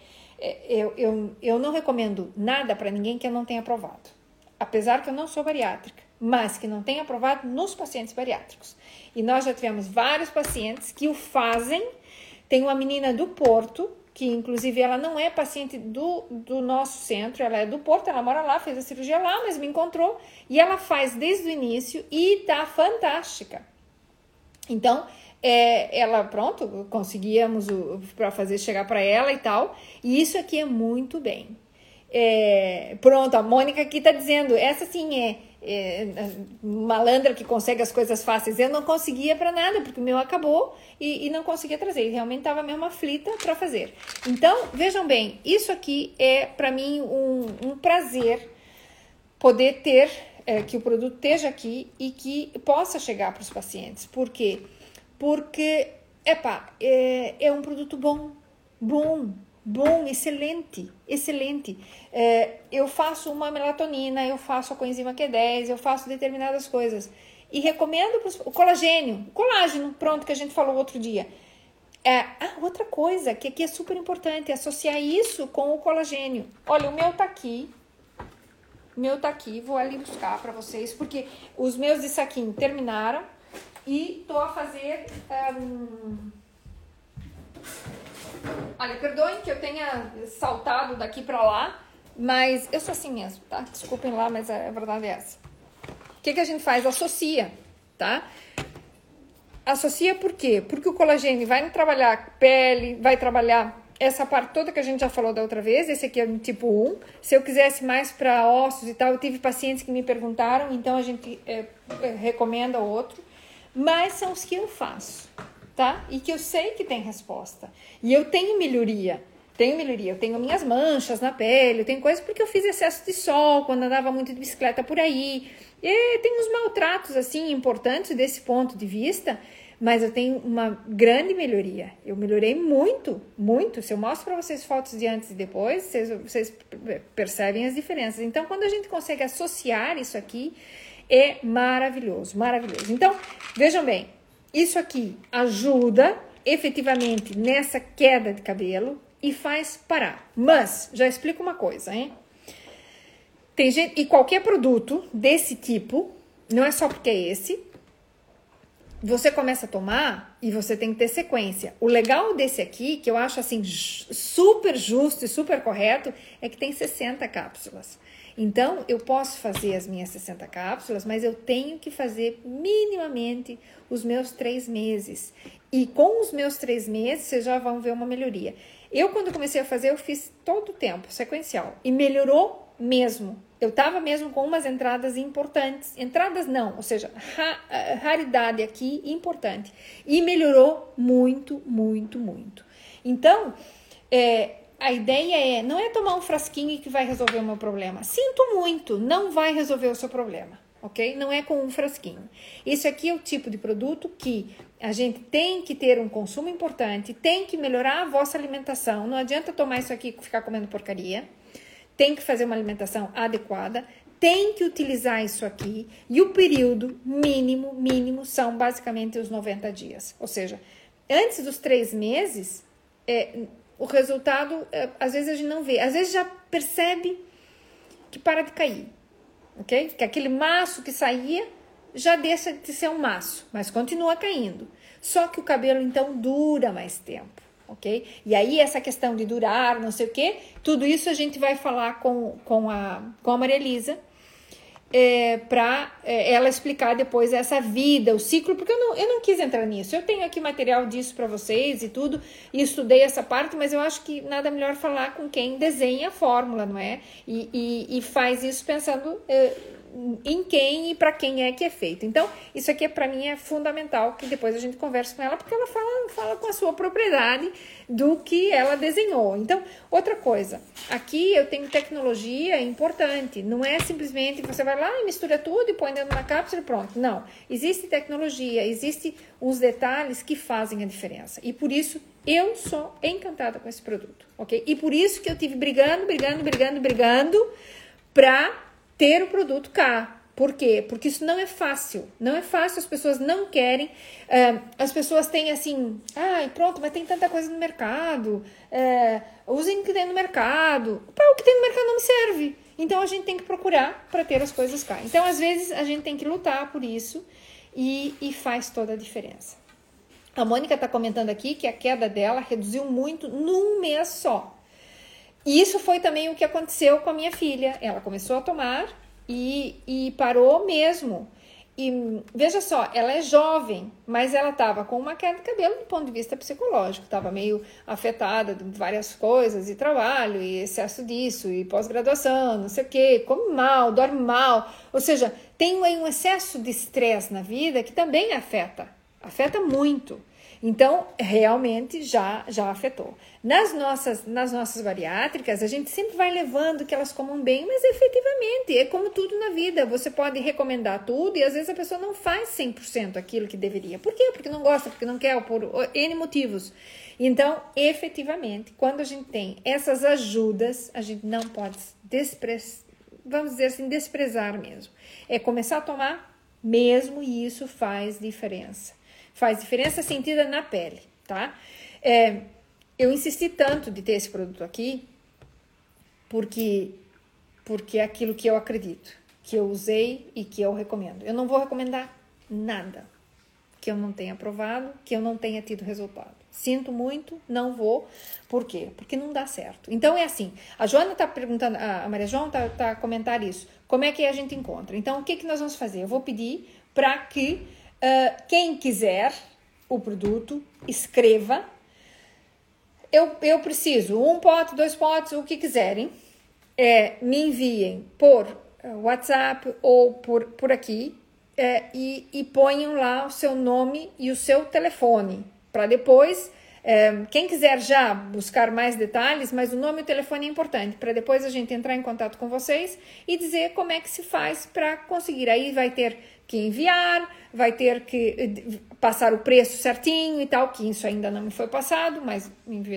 Eu não recomendo nada para ninguém que eu não tenha provado, apesar que eu não sou bariátrica, mas que não tenha aprovado nos pacientes bariátricos. E nós já tivemos vários pacientes que o fazem. Tem uma menina do Porto, que inclusive ela não é paciente do nosso centro, ela é do Porto, ela mora lá, fez a cirurgia lá, mas me encontrou, e ela faz desde o início e tá fantástica. Então, ela, pronto, conseguíamos para fazer chegar para ela e tal, e isso aqui é muito bem. Pronto, a Mônica aqui tá dizendo, essa sim malandra que consegue as coisas fáceis. Eu não conseguia para nada, porque o meu acabou e não conseguia trazer. Realmente estava mesmo aflita para fazer. Então, vejam bem, isso aqui é para mim um prazer poder ter, que o produto esteja aqui e que possa chegar para os pacientes. Por quê? Porque, é um produto bom, excelente. Eu faço uma melatonina, eu faço a coenzima Q10, eu faço determinadas coisas. E recomendo o colágeno, pronto, que a gente falou outro dia. Outra coisa que aqui é super importante, é associar isso com o colagênio. Olha, o meu tá aqui, vou ali buscar para vocês, porque os meus de saquinho terminaram e tô a fazer... Olha, perdoem que eu tenha saltado daqui para lá, Mas eu sou assim mesmo, tá? Desculpem lá, mas a verdade é essa. O que a gente faz? Associa, tá? Associa por quê? Porque o colagênio vai trabalhar pele, vai trabalhar essa parte toda que a gente já falou da outra vez. Esse aqui é no tipo 1. Se eu quisesse mais para ossos e tal, eu tive pacientes que me perguntaram, então a gente recomenda outro. Mas são os que eu faço, tá? E que eu sei que tem resposta. E eu tenho melhoria. Eu tenho minhas manchas na pele, eu tenho coisas porque eu fiz excesso de sol quando andava muito de bicicleta por aí. E tem uns maltratos, assim, importantes desse ponto de vista, mas eu tenho uma grande melhoria. Eu melhorei muito, muito. Se eu mostro para vocês fotos de antes e depois, vocês percebem as diferenças. Então, quando a gente consegue associar isso aqui, é maravilhoso, maravilhoso. Então, vejam bem, isso aqui ajuda efetivamente nessa queda de cabelo e faz parar. Mas, já explico uma coisa, hein? Tem gente, e qualquer produto desse tipo, não é só porque é esse, você começa a tomar e você tem que ter sequência. O legal desse aqui, que eu acho assim super justo e super correto, é que tem 60 cápsulas. Então, eu posso fazer as minhas 60 cápsulas, mas eu tenho que fazer minimamente os meus 3 meses. E com os meus 3 meses, vocês já vão ver uma melhoria. Eu, quando comecei a fazer, eu fiz todo o tempo, sequencial. E melhorou mesmo. Eu tava mesmo com umas entradas importantes. Entradas não, ou seja, raridade aqui importante. E melhorou muito, muito, muito. Então, a ideia não é tomar um frasquinho que vai resolver o meu problema. Sinto muito, não vai resolver o seu problema, ok? Não é com um frasquinho. Esse aqui é o tipo de produto que a gente tem que ter um consumo importante, tem que melhorar a vossa alimentação. Não adianta tomar isso aqui e ficar comendo porcaria. Tem que fazer uma alimentação adequada, tem que utilizar isso aqui. E o período mínimo são basicamente os 90 dias. Ou seja, antes dos 3 meses, o resultado, às vezes a gente não vê. Às vezes já percebe que para de cair, ok? Que aquele maço que saía já deixa de ser um maço, mas continua caindo. Só que o cabelo, então, dura mais tempo, ok? E aí, essa questão de durar, não sei o quê, tudo isso a gente vai falar com a Maria Elisa, para ela explicar depois essa vida, o ciclo, porque eu não quis entrar nisso. Eu tenho aqui material disso para vocês e tudo, e estudei essa parte, mas eu acho que nada melhor falar com quem desenha a fórmula, não é? E faz isso pensando em quem e para quem é que é feito. Então, isso aqui para mim é fundamental, que depois a gente converse com ela, porque ela fala com a sua propriedade do que ela desenhou. Então, outra coisa, aqui eu tenho tecnologia importante, não é simplesmente você vai lá e mistura tudo e põe dentro de uma cápsula e pronto. Não, existe tecnologia, existe uns detalhes que fazem a diferença. E por isso eu sou encantada com esse produto, ok? E por isso que eu tive brigando para ter o produto cá. Por quê? Porque isso não é fácil. Não é fácil, as pessoas não querem. As pessoas têm assim, pronto, mas tem tanta coisa no mercado. Usem o que tem no mercado. O que tem no mercado não me serve. Então, a gente tem que procurar para ter as coisas cá. Então, às vezes, a gente tem que lutar por isso e faz toda a diferença. A Mônica está comentando aqui que a queda dela reduziu muito num mês só. E isso foi também o que aconteceu com a minha filha. Ela começou a tomar e parou mesmo. E veja só, ela é jovem, mas ela estava com uma queda de cabelo do ponto de vista psicológico. Estava meio afetada de várias coisas, e trabalho, e excesso disso, e pós-graduação, não sei o quê, come mal, dorme mal. Ou seja, tem aí um excesso de estresse na vida que também afeta muito. Então, realmente já afetou. Nas nossas bariátricas, a gente sempre vai levando que elas comam bem, mas efetivamente, é como tudo na vida. Você pode recomendar tudo e às vezes a pessoa não faz 100% aquilo que deveria. Por quê? Porque não gosta, porque não quer, por N motivos. Então, efetivamente, quando a gente tem essas ajudas, a gente não pode vamos dizer assim, desprezar mesmo. É começar a tomar mesmo e isso faz diferença. Faz diferença sentida na pele, tá? Eu insisti tanto de ter esse produto aqui porque é aquilo que eu acredito, que eu usei e que eu recomendo. Eu não vou recomendar nada que eu não tenha provado, que eu não tenha tido resultado. Sinto muito, não vou. Por quê? Porque não dá certo. Então é assim, a Joana está perguntando, a Maria João está a comentar isso. Como é que a gente encontra? Então o que nós vamos fazer? Eu vou pedir para que quem quiser o produto escreva. Eu preciso 1 pote, 2 potes, o que quiserem. Me enviem por WhatsApp ou por aqui e ponham lá o seu nome e o seu telefone para depois, quem quiser já buscar mais detalhes, mas o nome e o telefone é importante para depois a gente entrar em contato com vocês e dizer como é que se faz para conseguir. Aí vai ter que enviar, vai ter que passar o preço certinho e tal, que isso ainda não me foi passado, mas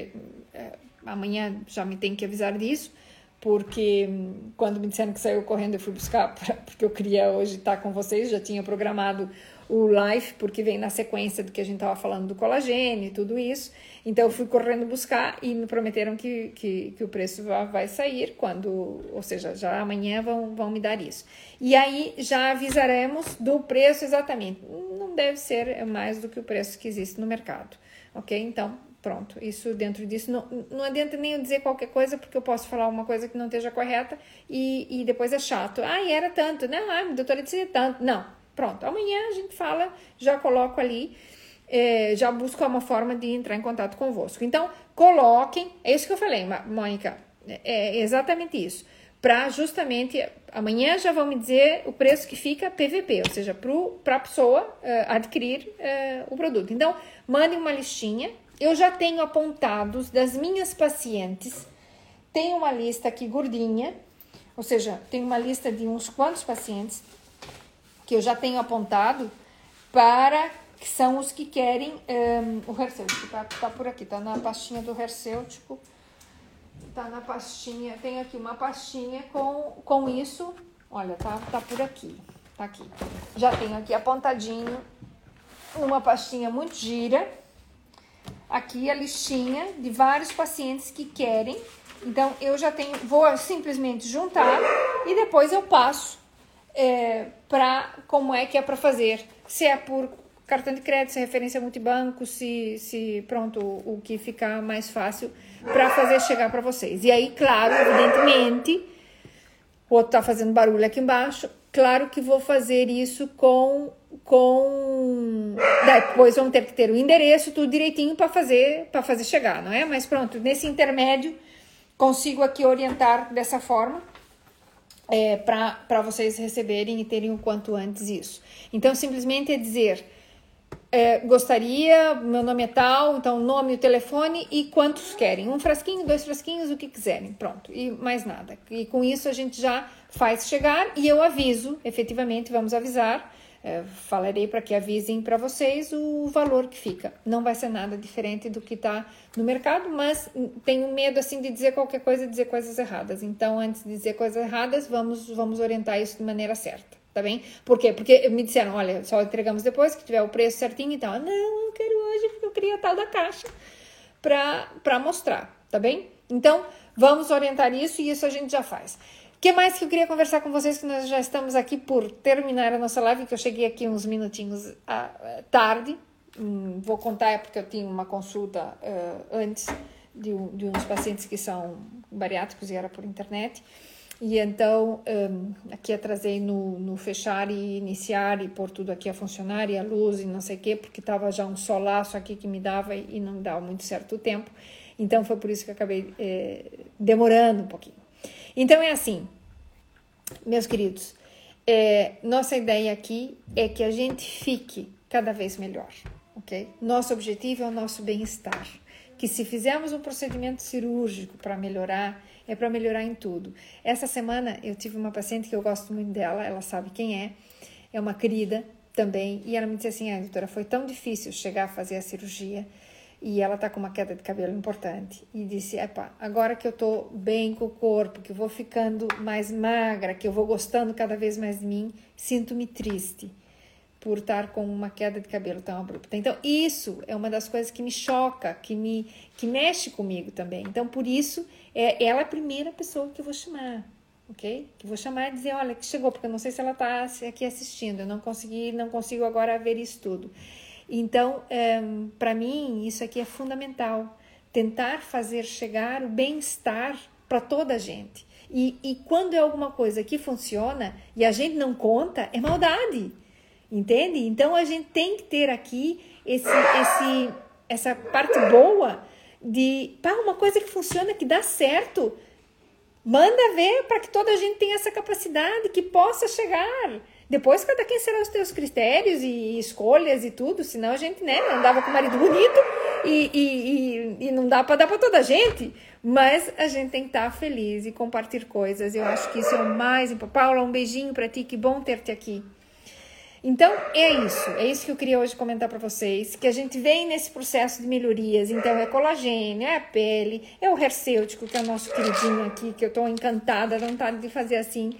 amanhã já me tem que avisar disso, porque quando me disseram que saiu correndo eu fui buscar, porque eu queria hoje estar com vocês, já tinha programado o live, porque vem na sequência do que a gente estava falando do colagênio e tudo isso, então eu fui correndo buscar e me prometeram que o preço vai sair ou seja, já amanhã vão me dar isso. E aí já avisaremos do preço exatamente, não deve ser mais do que o preço que existe no mercado, ok? Então, pronto, isso dentro disso, não adianta nem eu dizer qualquer coisa, porque eu posso falar uma coisa que não esteja correta e depois é chato. Era tanto, não, a doutora disse tanto, não. Pronto, amanhã a gente fala, já coloco ali, já busco uma forma de entrar em contato convosco. Então, coloquem, é isso que eu falei, Mônica, é exatamente isso. Para justamente, amanhã já vão me dizer o preço que fica PVP, ou seja, para a pessoa adquirir o produto. Então, mandem uma listinha. Eu já tenho apontados das minhas pacientes, tem uma lista aqui gordinha, ou seja, tem uma lista de uns quantos pacientes que eu já tenho apontado para que são os que querem o Hercêutico, tá por aqui, tá na pastinha do Hercêutico, tá na pastinha, tem aqui uma pastinha com isso, olha, tá por aqui, tá aqui, já tenho aqui apontadinho uma pastinha muito gira, aqui a listinha de vários pacientes que querem, então eu já tenho, vou simplesmente juntar e depois eu passo para como é que é para fazer, se é por cartão de crédito, se é referência multibanco, se pronto, o que ficar mais fácil para fazer chegar para vocês. E aí, claro, evidentemente, o outro tá fazendo barulho aqui embaixo, claro que vou fazer isso depois vamos ter que ter o endereço, tudo direitinho para fazer chegar, não é? Mas pronto, nesse intermédio, consigo aqui orientar dessa forma, para vocês receberem e terem o quanto antes isso. Então, simplesmente é dizer, gostaria, meu nome é tal, então nome, o telefone e quantos querem. 1 frasquinho, 2 frasquinhos, o que quiserem, pronto, e mais nada. E com isso a gente já faz chegar e eu aviso, efetivamente vamos avisar, falarei para que avisem para vocês o valor que fica. Não vai ser nada diferente do que está no mercado, mas tenho medo assim de dizer qualquer coisa, dizer coisas erradas. Então, antes de dizer coisas erradas, vamos orientar isso de maneira certa, tá bem? Por quê? Porque me disseram, olha, só entregamos depois que tiver o preço certinho, então, não, eu quero hoje porque eu queria a tal da caixa para mostrar, tá bem? Então, vamos orientar isso e isso a gente já faz. O que mais que eu queria conversar com vocês, que nós já estamos aqui por terminar a nossa live, que eu cheguei aqui uns minutinhos tarde, vou contar porque eu tinha uma consulta antes de uns pacientes que são bariátricos e era por internet, e então aqui atrasei no fechar e iniciar e pôr tudo aqui a funcionar e a luz e não sei o que, porque estava já um solaço aqui que me dava e não dava muito certo o tempo, então foi por isso que eu acabei demorando um pouquinho. Então é assim, meus queridos, nossa ideia aqui é que a gente fique cada vez melhor, ok? Nosso objetivo é o nosso bem-estar, que se fizermos um procedimento cirúrgico para melhorar, é para melhorar em tudo. Essa semana eu tive uma paciente que eu gosto muito dela, ela sabe quem é uma querida também, e ela me disse assim, doutora, foi tão difícil chegar a fazer a cirurgia, e ela tá com uma queda de cabelo importante, e disse, agora que eu tô bem com o corpo, que eu vou ficando mais magra, que eu vou gostando cada vez mais de mim, sinto-me triste por estar com uma queda de cabelo tão abrupta. Então, isso é uma das coisas que me choca, que mexe comigo também. Então, por isso, ela é a primeira pessoa que eu vou chamar, ok? Que vou chamar e dizer, olha, que chegou, porque eu não sei se ela tá aqui assistindo, eu não consigo agora ver isso tudo. Então, para mim, isso aqui é fundamental. Tentar fazer chegar o bem-estar para toda a gente. E quando é alguma coisa que funciona e a gente não conta, é maldade. Entende? Então, a gente tem que ter aqui essa parte boa de uma coisa que funciona, que dá certo. Manda ver para que toda a gente tenha essa capacidade, que possa chegar. Depois, cada quem será os teus critérios e escolhas e tudo, senão a gente, né, andava com o marido bonito e não dá para dar para toda a gente. Mas a gente tem que estar feliz e compartilhar coisas. Eu acho que isso é o mais importante. Paula, um beijinho para ti, que bom ter-te aqui. Então, é isso que eu queria hoje comentar para vocês, que a gente vem nesse processo de melhorias. Então, é colagênio, é a pele, é o hercêutico, que é o nosso queridinho aqui, que eu estou encantada, à vontade de fazer assim.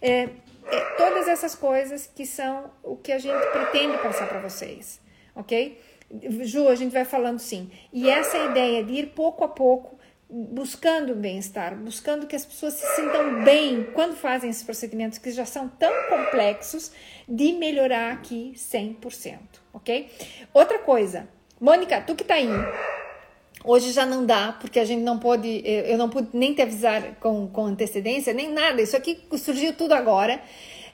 Todas essas coisas que são o que a gente pretende passar para vocês, ok? Ju, a gente vai falando sim. E essa ideia de ir pouco a pouco, buscando o bem-estar, buscando que as pessoas se sintam bem quando fazem esses procedimentos que já são tão complexos, de melhorar aqui 100%, ok? Outra coisa, Mônica, tu que tá aí, hoje já não dá, porque a gente não pôde, eu não pude nem te avisar com antecedência, nem nada, isso aqui surgiu tudo agora.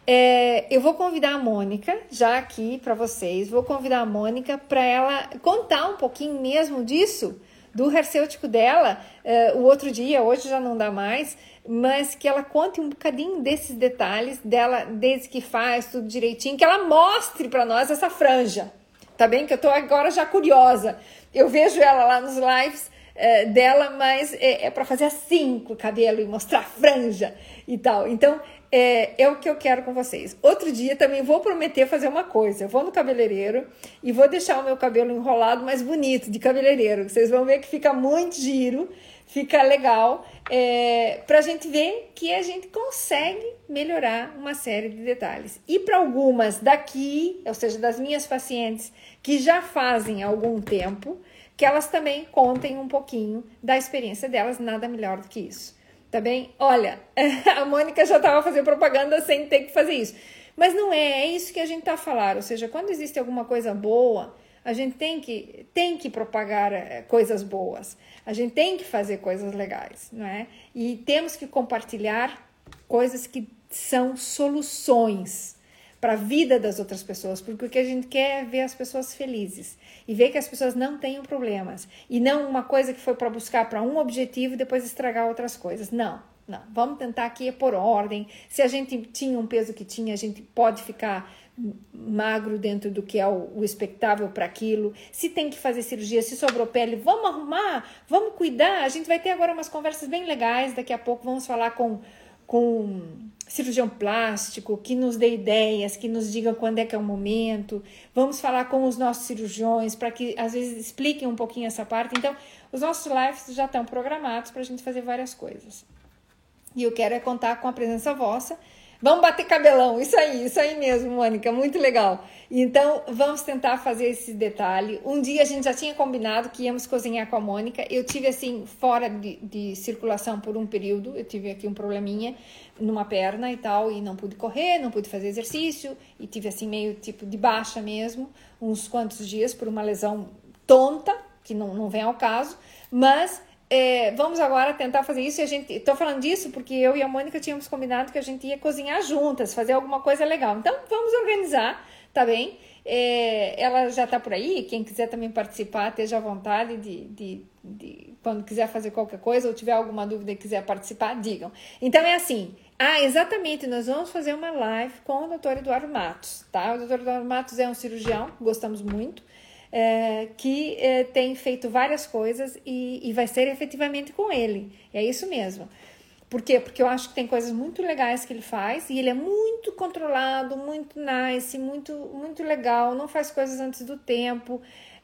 Eu vou convidar a Mônica, já aqui para vocês, vou convidar a Mônica para ela contar um pouquinho mesmo disso, do hercêutico dela, o outro dia, hoje já não dá mais, mas que ela conte um bocadinho desses detalhes dela, desde que faz tudo direitinho, que ela mostre para nós essa franja, tá bem? Que eu tô agora já curiosa. Eu vejo ela lá nos lives dela, mas é para fazer assim com o cabelo e mostrar a franja e tal. Então, é o que eu quero com vocês. Outro dia também vou prometer fazer uma coisa. Eu vou no cabeleireiro e vou deixar o meu cabelo enrolado mais bonito de cabeleireiro. Vocês vão ver que fica muito giro, fica legal, pra gente ver que a gente consegue melhorar uma série de detalhes. E para algumas daqui, ou seja, das minhas pacientes que já fazem há algum tempo, que elas também contem um pouquinho da experiência delas, nada melhor do que isso. Tá bem? Olha, a Mônica já estava fazendo propaganda sem ter que fazer isso. Mas não é isso que a gente está a falar. Ou seja, quando existe alguma coisa boa, a gente tem que propagar coisas boas. A gente tem que fazer coisas legais, não é? E temos que compartilhar coisas que são soluções para a vida das outras pessoas, porque o que a gente quer é ver as pessoas felizes e ver que as pessoas não tenham problemas e não uma coisa que foi para buscar para um objetivo e depois estragar outras coisas. Não, vamos tentar aqui por ordem. Se a gente tinha um peso que tinha, a gente pode ficar magro dentro do que é o expectável para aquilo. Se tem que fazer cirurgia, se sobrou pele, vamos arrumar, vamos cuidar. A gente vai ter agora umas conversas bem legais, daqui a pouco vamos falar com cirurgião plástico, que nos dê ideias, que nos diga quando é que é o momento. Vamos falar com os nossos cirurgiões para que às vezes expliquem um pouquinho essa parte. Então, os nossos lives já estão programados para a gente fazer várias coisas. E eu quero contar com a presença vossa. Vamos bater cabelão, isso aí mesmo, Mônica, muito legal. Então, vamos tentar fazer esse detalhe. Um dia a gente já tinha combinado que íamos cozinhar com a Mônica. Eu tive, assim, fora de circulação por um período. Eu tive aqui um probleminha numa perna e tal, e não pude correr, não pude fazer exercício, e tive, assim, meio tipo de baixa mesmo, uns quantos dias por uma lesão tonta, que não vem ao caso, mas... vamos agora tentar fazer isso. E tô falando disso porque eu e a Mônica tínhamos combinado que a gente ia cozinhar juntas, fazer alguma coisa legal. Então vamos organizar, tá bem? Ela já tá por aí, quem quiser também participar, esteja à vontade de quando quiser fazer qualquer coisa ou tiver alguma dúvida e quiser participar, digam. Então é assim, exatamente, nós vamos fazer uma live com o Dr. Eduardo Matos, tá? O Dr. Eduardo Matos é um cirurgião, gostamos muito, que tem feito várias coisas e vai ser efetivamente com ele. É isso mesmo. Por quê? Porque eu acho que tem coisas muito legais que ele faz e ele é muito controlado, muito nice, muito, muito legal, não faz coisas antes do tempo.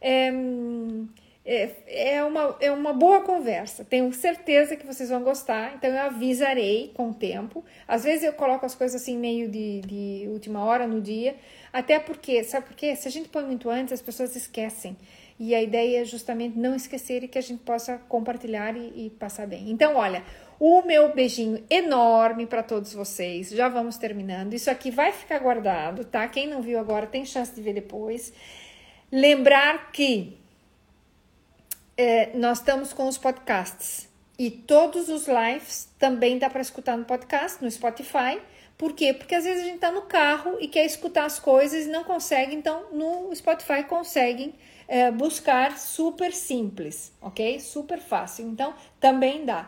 É uma boa conversa. Tenho certeza que vocês vão gostar, então eu avisarei com o tempo. Às vezes eu coloco as coisas assim meio de última hora no dia, até porque, sabe por quê? Se a gente põe muito antes, as pessoas esquecem. E a ideia é justamente não esquecer e que a gente possa compartilhar e passar bem. Então, olha, o meu beijinho enorme para todos vocês. Já vamos terminando. Isso aqui vai ficar guardado, tá? Quem não viu agora tem chance de ver depois. Lembrar que nós estamos com os podcasts e todos os lives também dá para escutar no podcast, no Spotify. Por quê? Porque às vezes a gente está no carro e quer escutar as coisas e não consegue, então no Spotify conseguem buscar, super simples, ok? Super fácil, então também dá.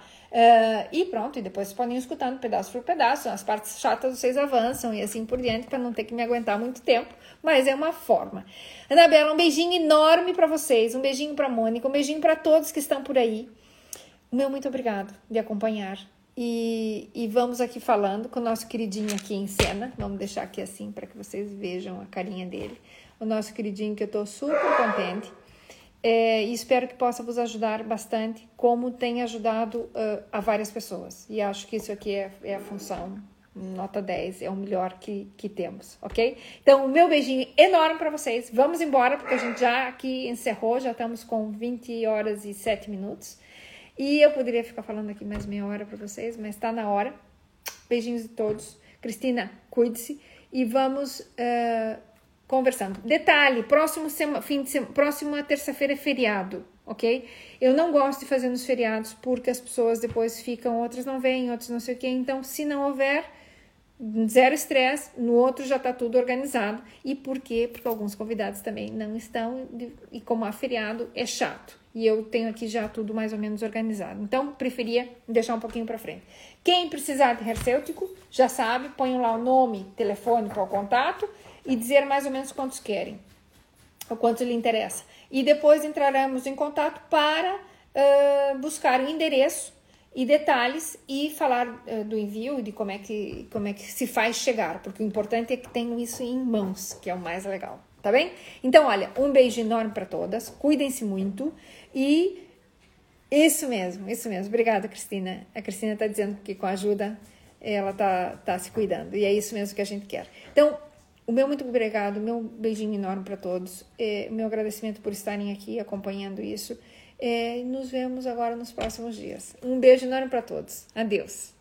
E pronto, e depois vocês podem ir escutando pedaço por pedaço, as partes chatas vocês avançam e assim por diante, para não ter que me aguentar muito tempo, mas é uma forma. Anabela, um beijinho enorme para vocês, um beijinho para Mônica, um beijinho para todos que estão por aí. Muito obrigado de acompanhar. E vamos aqui falando com o nosso queridinho aqui em cena. Vamos deixar aqui assim para que vocês vejam a carinha dele. O nosso queridinho que eu estou super contente. E espero que possa vos ajudar bastante, como tem ajudado a várias pessoas. E acho que isso aqui é a função nota 10, é o melhor que temos, ok? Então, o meu beijinho enorme para vocês. Vamos embora, porque a gente já aqui encerrou, já estamos com 20 horas e 7 minutos. E eu poderia ficar falando aqui mais meia hora para vocês, mas está na hora. Beijinhos de todos. Cristina, cuide-se e vamos conversando. Detalhe, próxima terça-feira é feriado, ok? Eu não gosto de fazer nos feriados porque as pessoas depois ficam, outras não vêm, outras não sei o quê. Então, se não houver, zero estresse, no outro já está tudo organizado. E por quê? Porque alguns convidados também não estão e como há feriado, é chato. E eu tenho aqui já tudo mais ou menos organizado. Então, preferia deixar um pouquinho para frente. Quem precisar de hercêutico, já sabe, ponham lá o nome, telefone para o contato e dizer mais ou menos quantos querem, ou quanto lhe interessa. E depois entraremos em contato para buscar o endereço e detalhes e falar do envio e de como é que se faz chegar, porque o importante é que tenham isso em mãos, que é o mais legal. Tá bem? Então, olha, um beijo enorme para todas. Cuidem-se muito. E isso mesmo. Obrigada, Cristina. A Cristina está dizendo que com a ajuda ela tá se cuidando. E é isso mesmo que a gente quer. Então, o meu muito obrigado, meu beijinho enorme para todos. Meu agradecimento por estarem aqui acompanhando isso. Nos vemos agora nos próximos dias. Um beijo enorme para todos. Adeus.